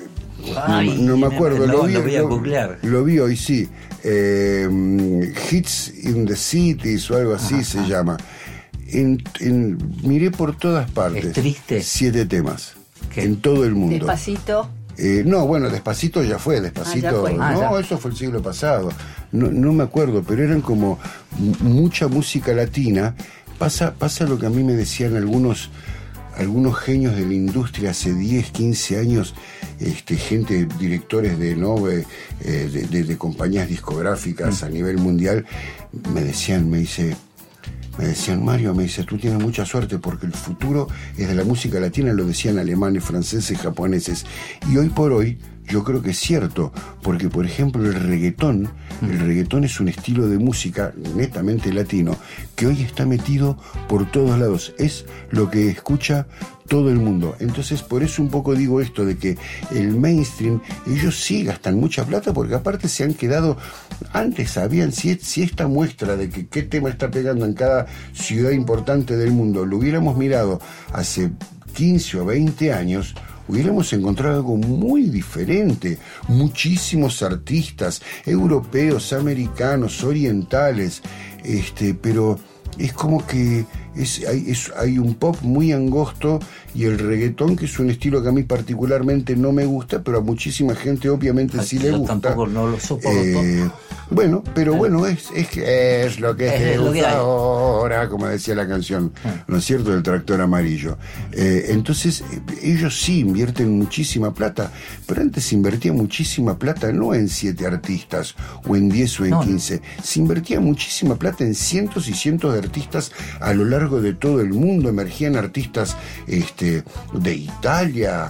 Ay, no, no me acuerdo, me, lo, no, vi, lo voy a lo, googlear. Lo vi hoy, sí. Eh, Hits in the Cities o algo así. Ajá, se llama. En, en, miré por todas partes. Es triste. Siete temas. ¿Qué? En todo el mundo. Despacito. Eh, no, bueno, Despacito ya fue, Despacito. Ah, ya fue. Ah, no, ya. Eso fue el siglo pasado. No, no me acuerdo, pero eran como mucha música latina. Pasa, pasa lo que a mí me decían algunos, algunos genios de la industria hace diez, quince años, este, gente, directores de, ¿no? eh, de, de, de compañías discográficas mm. a nivel mundial, me decían, me dice, me decían, Mario, me dice, tú tienes mucha suerte porque el futuro es de la música latina, lo decían alemanes, franceses, japoneses, y hoy por hoy yo creo que es cierto, porque por ejemplo el reggaetón, mm. el reggaetón es un estilo de música netamente latino que hoy está metido por todos lados, es lo que escucha todo el mundo. Entonces por eso un poco digo esto de que el mainstream, ellos sí gastan mucha plata porque aparte se han quedado, antes sabían si, si esta muestra de que qué tema está pegando en cada ciudad importante del mundo lo hubiéramos mirado hace quince o veinte años, hubiéramos encontrado algo muy diferente. Muchísimos artistas europeos, americanos, orientales, este, pero es como que es, hay, es, hay un pop muy angosto y el reggaetón, que es un estilo que a mí particularmente no me gusta, pero a muchísima gente obviamente Ay, sí le gusta. Tampoco no lo soporto. Eh, bueno, pero bueno, es, es, es lo que es, es lo que ahora, como decía la canción, ah. ¿no es cierto?, del Tractor Amarillo. Eh, entonces, ellos sí invierten muchísima plata, pero antes invertía muchísima plata no en siete artistas, o en diez o en no. quince, se invertía muchísima plata en cientos y cientos de artistas a lo largo de todo el mundo. Emergían artistas este, de Italia,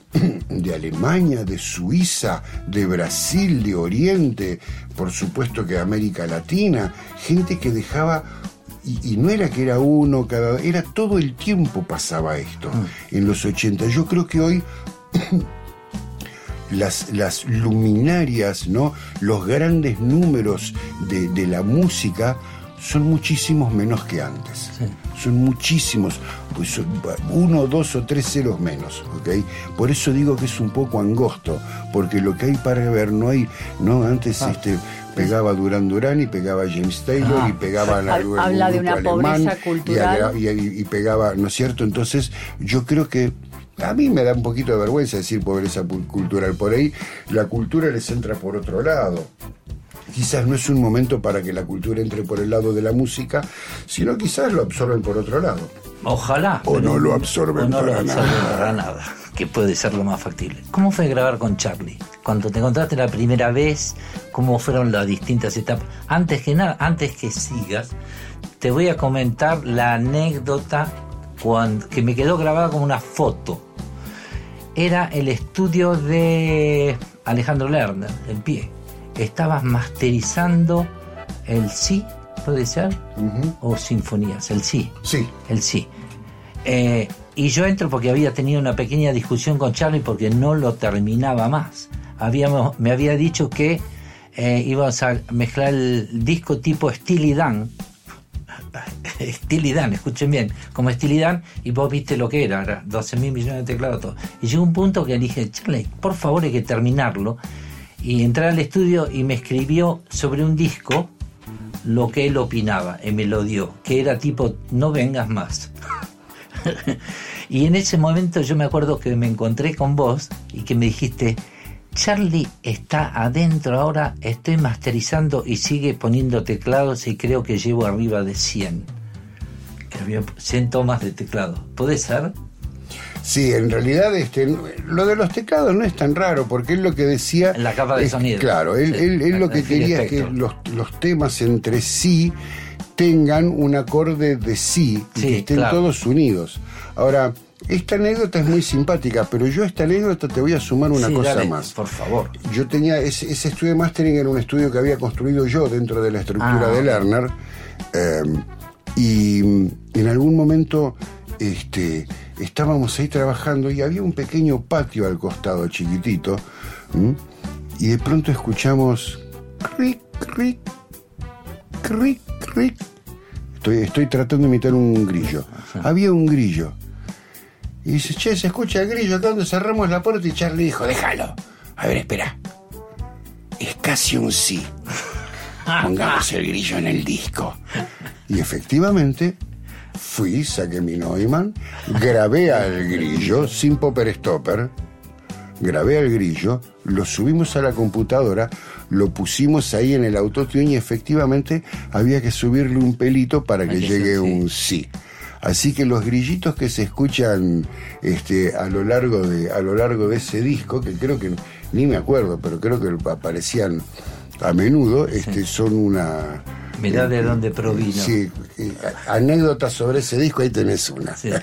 de Alemania, de Suiza, de Brasil, de Oriente, por supuesto que de América Latina, gente que dejaba, y, y no era que era uno cada, era todo el tiempo pasaba esto. Mm. En los ochenta, yo creo que hoy las, las luminarias, ¿no?, los grandes números de, de la música son muchísimos menos que antes. Sí. Son muchísimos, pues son uno, dos o tres ceros menos, ¿ok? Por eso digo que es un poco angosto, porque lo que hay para ver no hay, ¿no? Antes ah. este pegaba Duran Duran y pegaba James Taylor ah. y pegaba a algún habla de una pobreza cultural y, y, y pegaba, ¿no es cierto? Entonces yo creo que a mí me da un poquito de vergüenza decir pobreza cultural. Por ahí la cultura les entra por otro lado. Quizás no es un momento para que la cultura entre por el lado de la música, sino quizás lo absorben por otro lado. Ojalá. O no lo absorben, no para, lo absorben nada. para nada, que puede ser lo más factible. ¿Cómo fue grabar con Charlie? Cuando te encontraste la primera vez, ¿cómo fueron las distintas etapas? Antes que nada, antes que sigas, te voy a comentar la anécdota cuando, que me quedó grabada como una foto. Era el estudio de Alejandro Lerner, en pie. Estabas masterizando el sí, ¿puede ser? Uh-huh. O sinfonías, el sí. Sí. El sí. Eh, y yo entro porque había tenido una pequeña discusión con Charlie porque no lo terminaba más. Habíamos, me había dicho que eh, íbamos a mezclar el disco tipo Steely Dan. Steely Dan, escuchen bien, como Steely Dan, y vos viste lo que era, era doce mil millones de teclados, todo. Y llegó un punto que dije, Charlie, por favor hay que terminarlo. Y entré al estudio y me escribió sobre un disco lo que él opinaba, y me lo dio, que era tipo, no vengas más. Y en ese momento yo me acuerdo que me encontré con vos y que me dijiste, Charlie está adentro ahora, estoy masterizando y sigue poniendo teclados y creo que llevo arriba de cien. Que había cien tomas de teclado. ¿Puede ser? Sí, en realidad este, lo de los teclados no es tan raro, porque él lo que decía... La capa de es, sonido. Claro, él, sí, él, él lo que quería es que los, los temas entre sí tengan un acorde de sí, y sí, que estén claro. todos unidos. Ahora, esta anécdota es muy simpática, pero yo a esta anécdota te voy a sumar una sí, cosa dale, más. Por favor. Yo tenía, ese, ese estudio de mastering era un estudio que había construido yo dentro de la estructura ah, de Lerner, eh, Y en algún momento este, estábamos ahí trabajando y había un pequeño patio al costado, chiquitito, ¿m? Y de pronto escuchamos cric, cric, cric, cric. Estoy, estoy tratando de imitar un grillo. Había un grillo. Y dice, che, se escucha el grillo acá donde cerramos la puerta, y Charlie dijo, déjalo. A ver, espera. Es casi un sí. Pongamos el grillo en el disco. Y efectivamente, fui, saqué mi Neumann, grabé al grillo sin popper stopper, grabé al grillo, lo subimos a la computadora, lo pusimos ahí en el autotune y efectivamente había que subirle un pelito para que llegue un sí. Así que los grillitos que se escuchan este, a lo largo de a lo largo de ese disco, que creo que ni me acuerdo, pero creo que aparecían a menudo, este, sí. son una... Mirá eh, de dónde provino. Sí, eh, anécdotas sobre ese disco, ahí tenés una. Sí.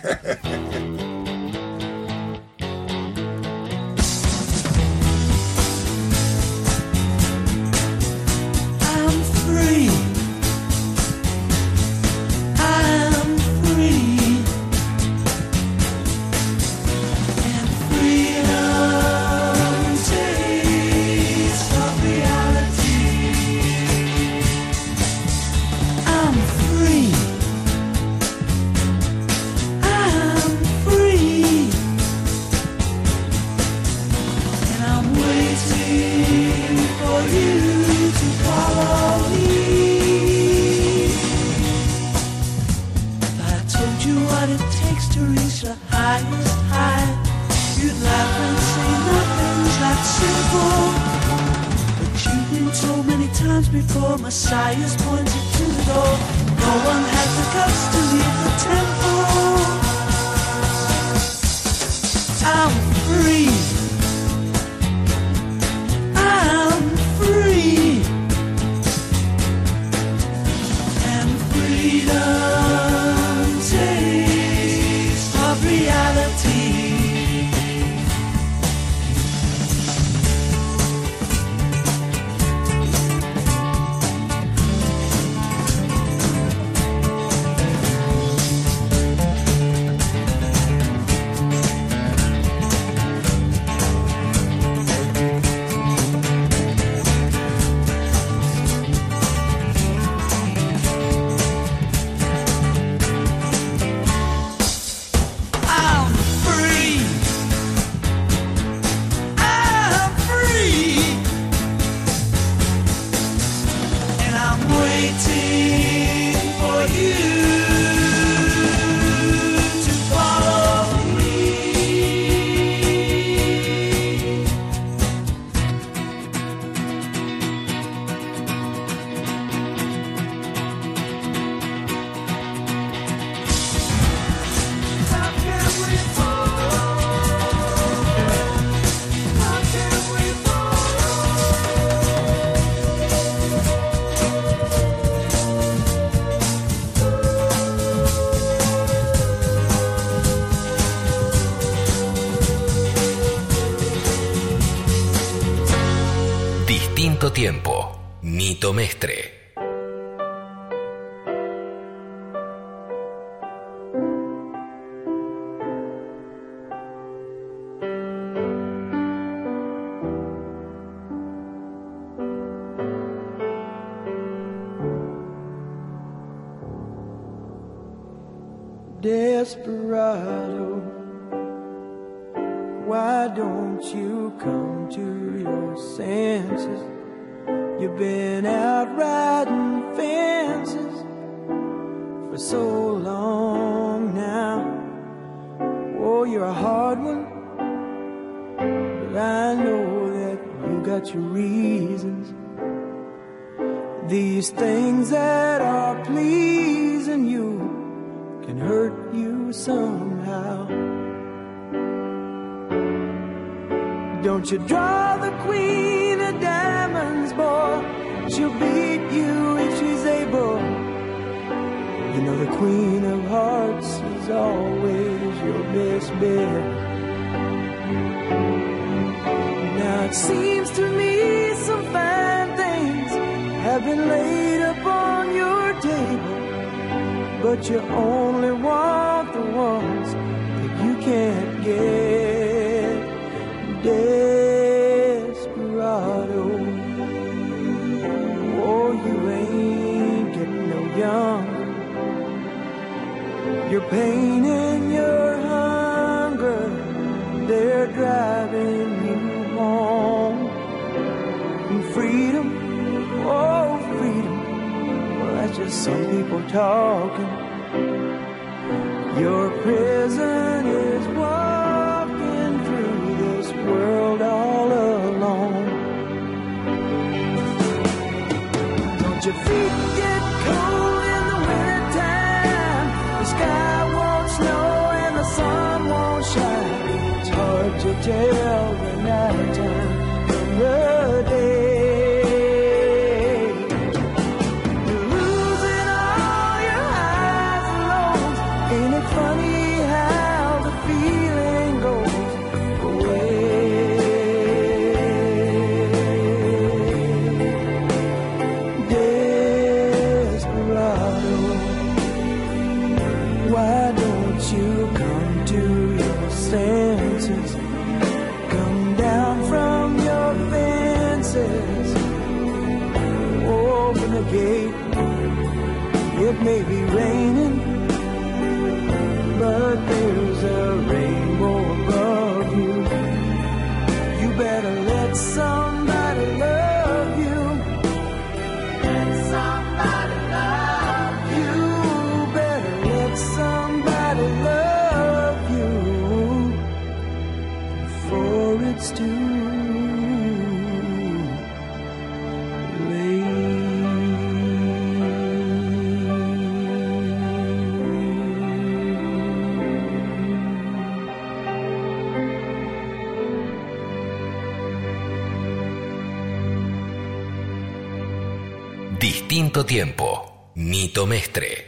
Tiempo, Nito Mestre. Desperado, why don't you come to your senses? You've been out riding fences for so long now. Oh, you're a hard one, but I know that you got your reasons. These things that are pleasing you can hurt you somehow. Don't you draw the queen of diamonds, boy. She'll beat you if she's able. You know the queen of hearts is always your best bet. Now it seems to me some fine things have been laid upon your table, but you only want the ones that you can't get. Desperado, oh, you ain't getting no younger. Your pain and your hunger, they're driving you home. And freedom, oh, freedom, well, that's just some people talking. Your prison is walking through this world all alone. Don't your feet get cold in the wintertime? The sky won't snow and the sun won't shine. It's hard to tell the night time from the day. Funny how the feeling goes away. Desperado, why don't you come to your senses? Come down from your fences. Open the gate. It may be raining, but there's a rainbow above you. You better let somebody love you. Let somebody love you. You better let somebody love you before it's too late. Distinto tiempo. Nito Mestre.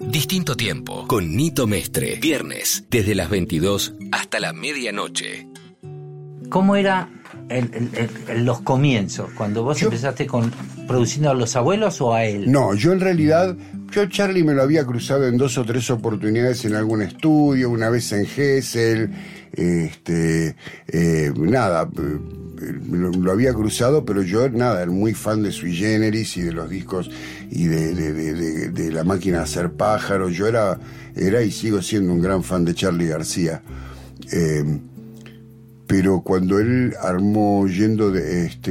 Distinto Tiempo, con Nito Mestre. Viernes, desde las veintidós hasta la medianoche. ¿Cómo era el, el, el, los comienzos? Cuando vos yo, empezaste con produciendo a los abuelos o a él. No, yo en realidad, yo Charlie me lo había cruzado en dos o tres oportunidades en algún estudio, una vez en Gesell, este, eh, nada, lo, lo había cruzado, pero yo nada, era muy fan de Sui Generis y de los discos y de, de, de, de, de La Máquina de Hacer Pájaros. Yo era, era y sigo siendo un gran fan de Charly García. Eh, pero cuando él armó yendo de este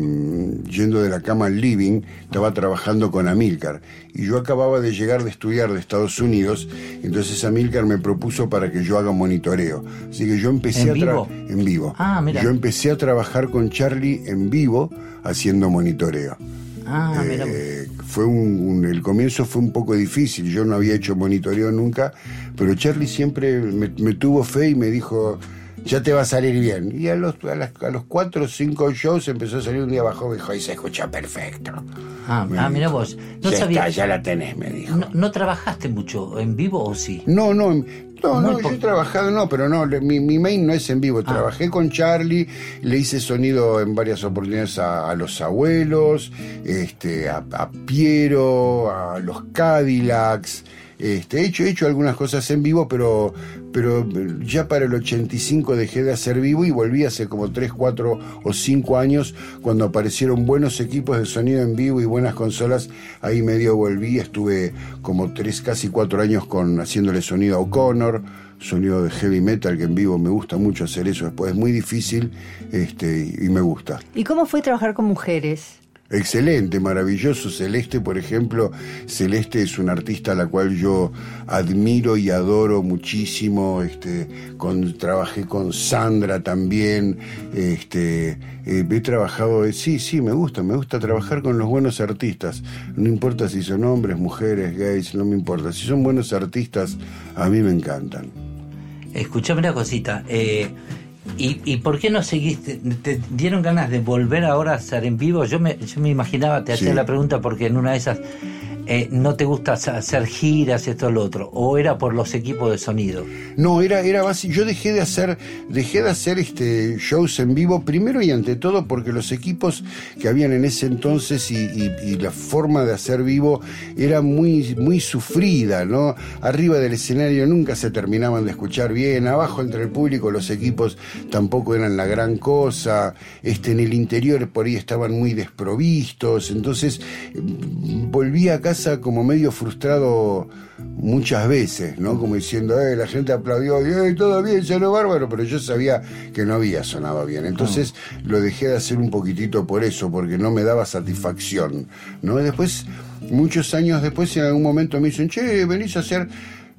yendo de la cama al living, estaba trabajando con Amílcar y yo acababa de llegar de estudiar de Estados Unidos, entonces Amílcar me propuso para que yo haga monitoreo, así que yo empecé ¿En a vivo? tra- en vivo. Ah, mira. Yo empecé a trabajar con Charly en vivo haciendo monitoreo. Ah, mira. Eh, fue un, un, el comienzo fue un poco difícil, yo no había hecho monitoreo nunca, pero Charly siempre me, me tuvo fe y me dijo: ya te va a salir bien. Y a los, a, las, a los cuatro o cinco shows empezó a salir un día abajo, me dijo: y se escucha perfecto. Ah, ah mira vos. No ya sabía. Está, ya la tenés, me dijo. ¿No, ¿No trabajaste mucho en vivo o sí? No, no, no, no, po- yo he trabajado, no, pero no, mi, mi main no es en vivo. Ah. Trabajé con Charly, le hice sonido en varias oportunidades a, a los abuelos, este, a, a Piero, a los Cadillacs. Este, he hecho, he hecho algunas cosas en vivo, pero, pero ya para el ochenta y cinco dejé de hacer vivo y volví hace como tres, cuatro o cinco años, cuando aparecieron buenos equipos de sonido en vivo y buenas consolas. Ahí medio volví, estuve como tres, casi cuatro años con haciéndole sonido a O'Connor, sonido de heavy metal, que en vivo me gusta mucho hacer eso. Después es muy difícil, este, y me gusta. ¿Y cómo fue trabajar con mujeres? Excelente, maravilloso. Celeste, por ejemplo, Celeste es una artista a la cual yo admiro y adoro muchísimo. Este, con, trabajé con Sandra también. Este, eh, he trabajado, eh, sí, sí, me gusta, me gusta trabajar con los buenos artistas. No importa si son hombres, mujeres, gays, no me importa. Si son buenos artistas, a mí me encantan. Escuchame una cosita. Eh, ¿Y, ¿Y por qué no seguiste? ¿Te dieron ganas de volver ahora a hacer en vivo? Yo me, yo me imaginaba, te hacía Sí. la pregunta porque en una de esas eh, no te gusta hacer giras, esto o lo otro, o era por los equipos de sonido. No, era, era básico. Yo dejé de hacer, dejé de hacer este shows en vivo, primero y ante todo porque los equipos que habían en ese entonces y, y, y la forma de hacer vivo era muy, muy sufrida, ¿no? Arriba del escenario nunca se terminaban de escuchar bien, abajo entre el público los equipos tampoco eran la gran cosa, este, en el interior por ahí estaban muy desprovistos, entonces volví a casa como medio frustrado muchas veces, ¿no? Como diciendo, eh, la gente aplaudió, y eh, todo bien, sonó bárbaro, pero yo sabía que no había sonado bien. Entonces oh. lo dejé de hacer un poquitito por eso, porque no me daba satisfacción, ¿no? Y después, muchos años después, en algún momento me dicen, che, venís a hacer...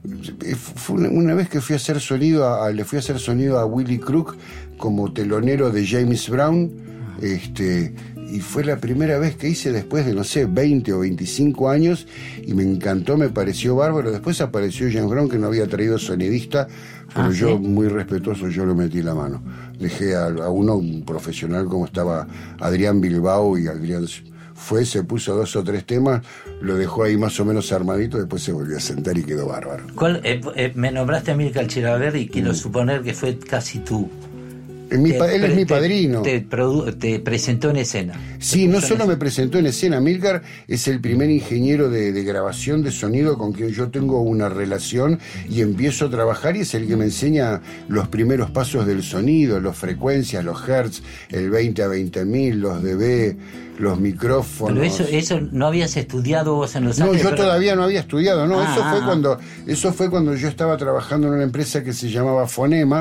Fue una, una vez que fui a hacer sonido, a, le fui a hacer sonido a Willy Crook como telonero de James Brown, este... y fue la primera vez que hice después de, no sé, veinte o veinticinco años, y me encantó, me pareció bárbaro. Después apareció James Brown, que no había traído sonidista, pero ah, yo, ¿sí? Muy respetuoso, yo lo metí la mano. Dejé a, a uno, un profesional como estaba Adrián Bilbao, y Adrián fue, se puso dos o tres temas, lo dejó ahí más o menos armadito, después se volvió a sentar y quedó bárbaro. ¿Cuál, eh, eh, me nombraste a Amílcar Chilaver y quiero mm. suponer que fue casi tú. Mi, te, él es mi padrino. Te, te, te presentó en escena. Sí, no solo me presentó en escena. Amílcar es el primer ingeniero de, de grabación de sonido con quien yo tengo una relación y empiezo a trabajar, y es el que me enseña los primeros pasos del sonido, las frecuencias, los hertz, el veinte a veinte mil, los dB, los micrófonos. Pero eso, eso no habías estudiado vos en Los No, Ángeles. yo pero... todavía no había estudiado, no. Ah, eso ah, fue ah. cuando, eso fue cuando yo estaba trabajando en una empresa que se llamaba Fonema.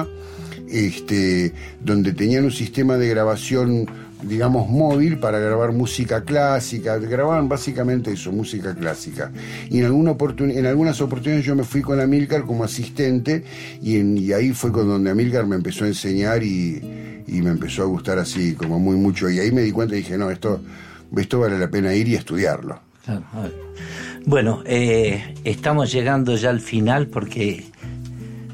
Este, donde tenían un sistema de grabación, digamos, móvil para grabar música clásica. Grababan básicamente eso, música clásica. Y en, alguna oportun- en algunas oportunidades yo me fui con Amílcar como asistente, y, en, y ahí fue con donde Amílcar me empezó a enseñar y, y me empezó a gustar así como muy mucho. Y ahí me di cuenta y dije, no, esto, esto vale la pena ir y estudiarlo. Bueno, eh, estamos llegando ya al final porque...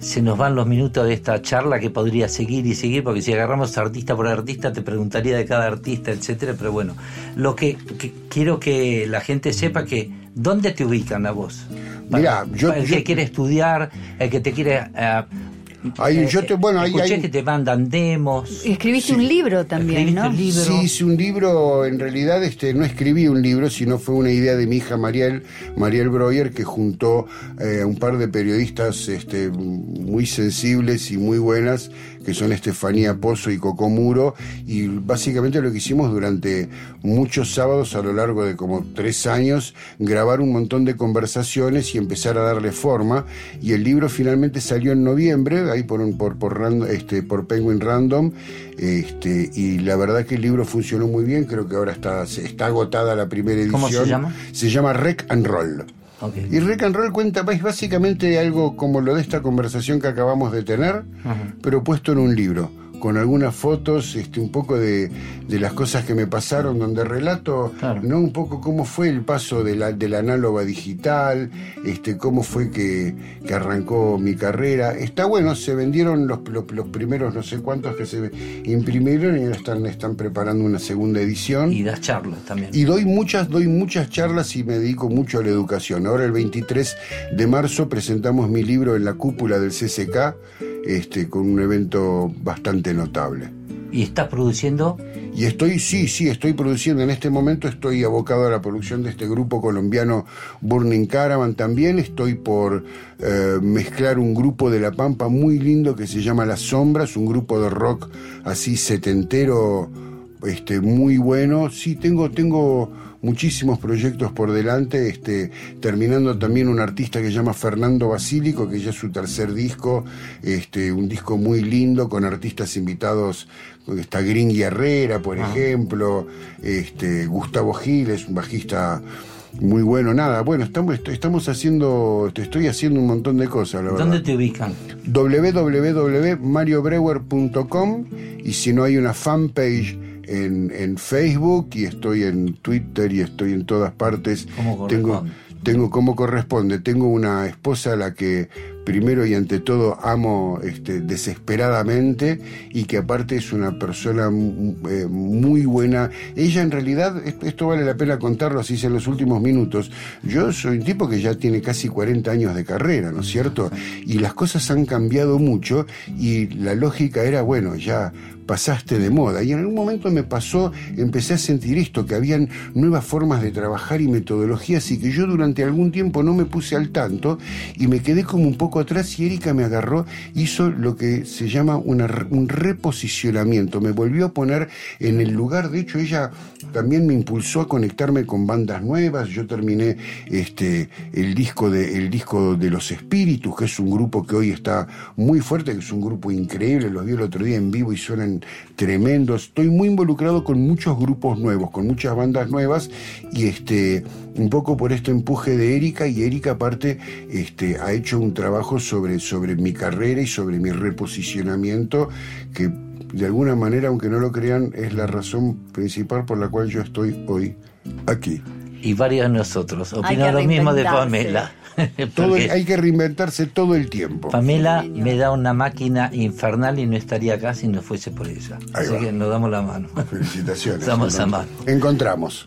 se nos van los minutos de esta charla que podría seguir y seguir, porque si agarramos artista por artista te preguntaría de cada artista, etcétera. Pero bueno, lo que, que quiero que la gente sepa que ¿dónde te ubican a vos? Mirá, yo, el yo, que quiere estudiar, el que te quiere... Uh, Ahí, eh, yo te, bueno, ahí, escuché ahí, que te mandan demos. Escribiste sí, un libro también, ¿no? Un libro. Sí, hice un libro, en realidad este, no escribí un libro, sino fue una idea de mi hija Mariel, Mariel Breuer, que juntó eh, a un par de periodistas este, muy sensibles y muy buenas, que son Estefanía Pozo y Coco Muro, y básicamente lo que hicimos durante muchos sábados a lo largo de como tres años, grabar un montón de conversaciones y empezar a darle forma, y el libro finalmente salió en noviembre, ahí por un, por, por, random, este, por Penguin Random, este, y la verdad que el libro funcionó muy bien, creo que ahora está, está agotada la primera edición. ¿Cómo se llama? Se llama Rec and Roll. Okay. Y Rec and Roll cuenta es básicamente algo como lo de esta conversación que acabamos de tener, uh-huh. pero puesto en un libro, con algunas fotos, este, un poco de, de las cosas que me pasaron, donde relato, claro. ¿no? Un poco cómo fue el paso de la, de la análoga digital, este, cómo fue que, que arrancó mi carrera. Está bueno, se vendieron los, los, los primeros no sé cuántos que se imprimieron y ahora están, están preparando una segunda edición. Y das charlas también. Y doy muchas, doy muchas charlas y me dedico mucho a la educación. Ahora el veintitrés de marzo presentamos mi libro en la cúpula del C C K, este, con un evento bastante notable. ¿Y estás produciendo? Y estoy, sí, sí, estoy produciendo. En este momento estoy abocado a la producción de este grupo colombiano Burning Caravan. También estoy por eh, mezclar un grupo de La Pampa muy lindo que se llama Las Sombras, un grupo de rock así setentero, este, muy bueno. Sí, tengo, tengo muchísimos proyectos por delante, este, terminando también un artista que se llama Fernando Basílico, que ya es su tercer disco, este, un disco muy lindo con artistas invitados. Está Gringy Herrera, por ah. ejemplo, este, Gustavo Giles, un bajista muy bueno. Nada, bueno, estamos, estamos haciendo, estoy haciendo un montón de cosas, la verdad. ¿Dónde te ubican? doble u doble u doble u punto mario breuer punto com, y si no hay una fanpage en, en Facebook, y estoy en Twitter y estoy en todas partes. ¿Cómo tengo, corresponde? tengo como corresponde. Tengo una esposa a la que primero y ante todo amo este, desesperadamente, y que aparte es una persona eh, muy buena. Ella en realidad, esto vale la pena contarlo así en los últimos minutos, yo soy un tipo que ya tiene casi cuarenta años de carrera, ¿no es cierto? Y las cosas han cambiado mucho, y la lógica era, bueno, ya pasaste de moda, y en algún momento me pasó, empecé a sentir esto, que habían nuevas formas de trabajar y metodologías, y que yo durante algún tiempo no me puse al tanto, y me quedé como un poco atrás, y Erika me agarró, hizo lo que se llama una, un reposicionamiento, me volvió a poner en el lugar. De hecho, ella también me impulsó a conectarme con bandas nuevas. Yo terminé este, el disco de, el disco de Los Espíritus, que es un grupo que hoy está muy fuerte, que es un grupo increíble, los vi el otro día en vivo y suenan tremendos. Estoy muy involucrado con muchos grupos nuevos, con muchas bandas nuevas, y este, un poco por este empuje de Erika, y Erika aparte este, ha hecho un trabajo sobre, sobre mi carrera y sobre mi reposicionamiento, que de alguna manera, aunque no lo crean, es la razón principal por la cual yo estoy hoy aquí. Y varios de nosotros opinan lo mismo de Pamela. Todo, hay que reinventarse todo el tiempo. Pamela me da una máquina infernal y no estaría acá si no fuese por ella. Ahí Así va. que nos damos la mano. Felicitaciones. Damos la mano. Encontramos.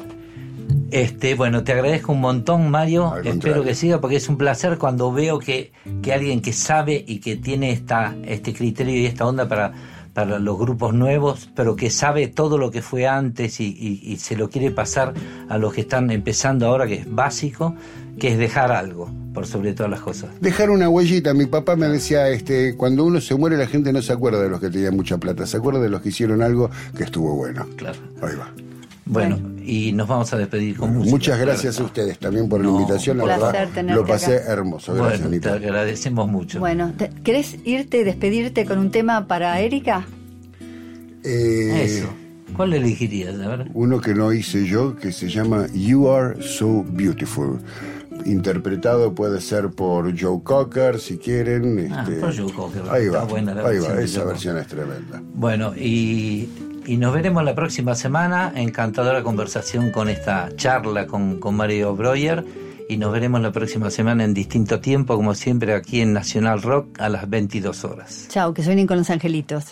Este, bueno, te agradezco un montón, Mario. Al Espero contrario. que siga, porque es un placer cuando veo que, que alguien que sabe y que tiene esta, este criterio y esta onda para, para los grupos nuevos, pero que sabe todo lo que fue antes y, y, y se lo quiere pasar a los que están empezando ahora, que es básico, que es dejar algo, por sobre todas las cosas. Dejar una huellita. Mi papá me decía, este, cuando uno se muere, la gente no se acuerda de los que tenían mucha plata, se acuerda de los que hicieron algo que estuvo bueno. Claro. Ahí va. Bueno, y nos vamos a despedir con música. Muchas gracias a ustedes también por No, la invitación, la un placer verdad, tenerte lo pasé acá. hermoso. Gracias, Bueno, te Anita. agradecemos mucho. Bueno, te- ¿querés irte, despedirte con un tema para Erika? Eh, Eso. ¿Cuál elegirías? A ver. Uno que no hice yo, que se llama You Are So Beautiful. Interpretado puede ser por Joe Cocker, si quieren. Ah, este, por Joe Cocker. Ahí Está va, buena la ahí versión va, de esa Joe versión es tremenda. Bueno, y, y nos veremos la próxima semana. Encantadora conversación con esta charla con, con Mario Breuer. y nos veremos la próxima semana en distinto tiempo, como siempre aquí en Nacional Rock a las veintidós horas. Chao, que suenen con los angelitos.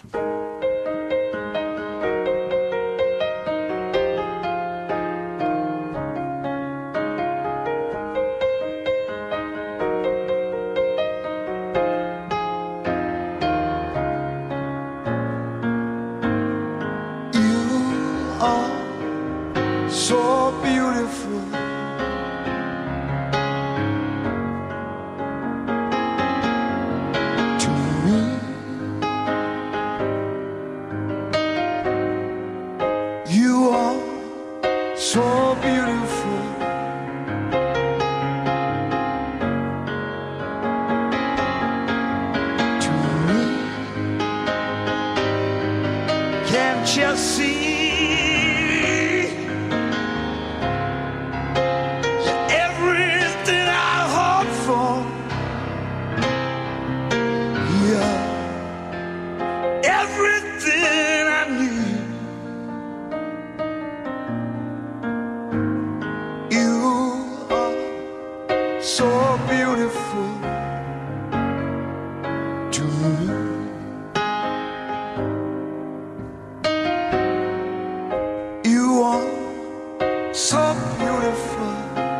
So beautiful, to me. You are so beautiful, to me. Can't you see? So beautiful to me. You are so beautiful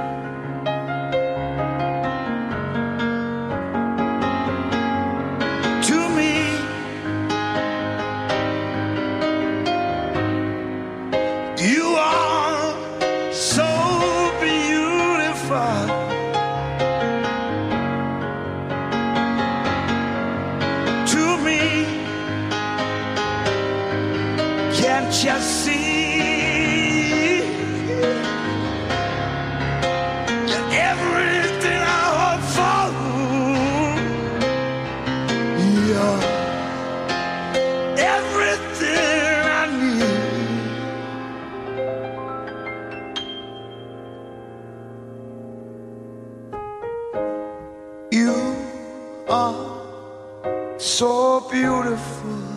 to me. You are so beautiful to me. Can't you see everything I hope for? You're everything I need. You are so beautiful.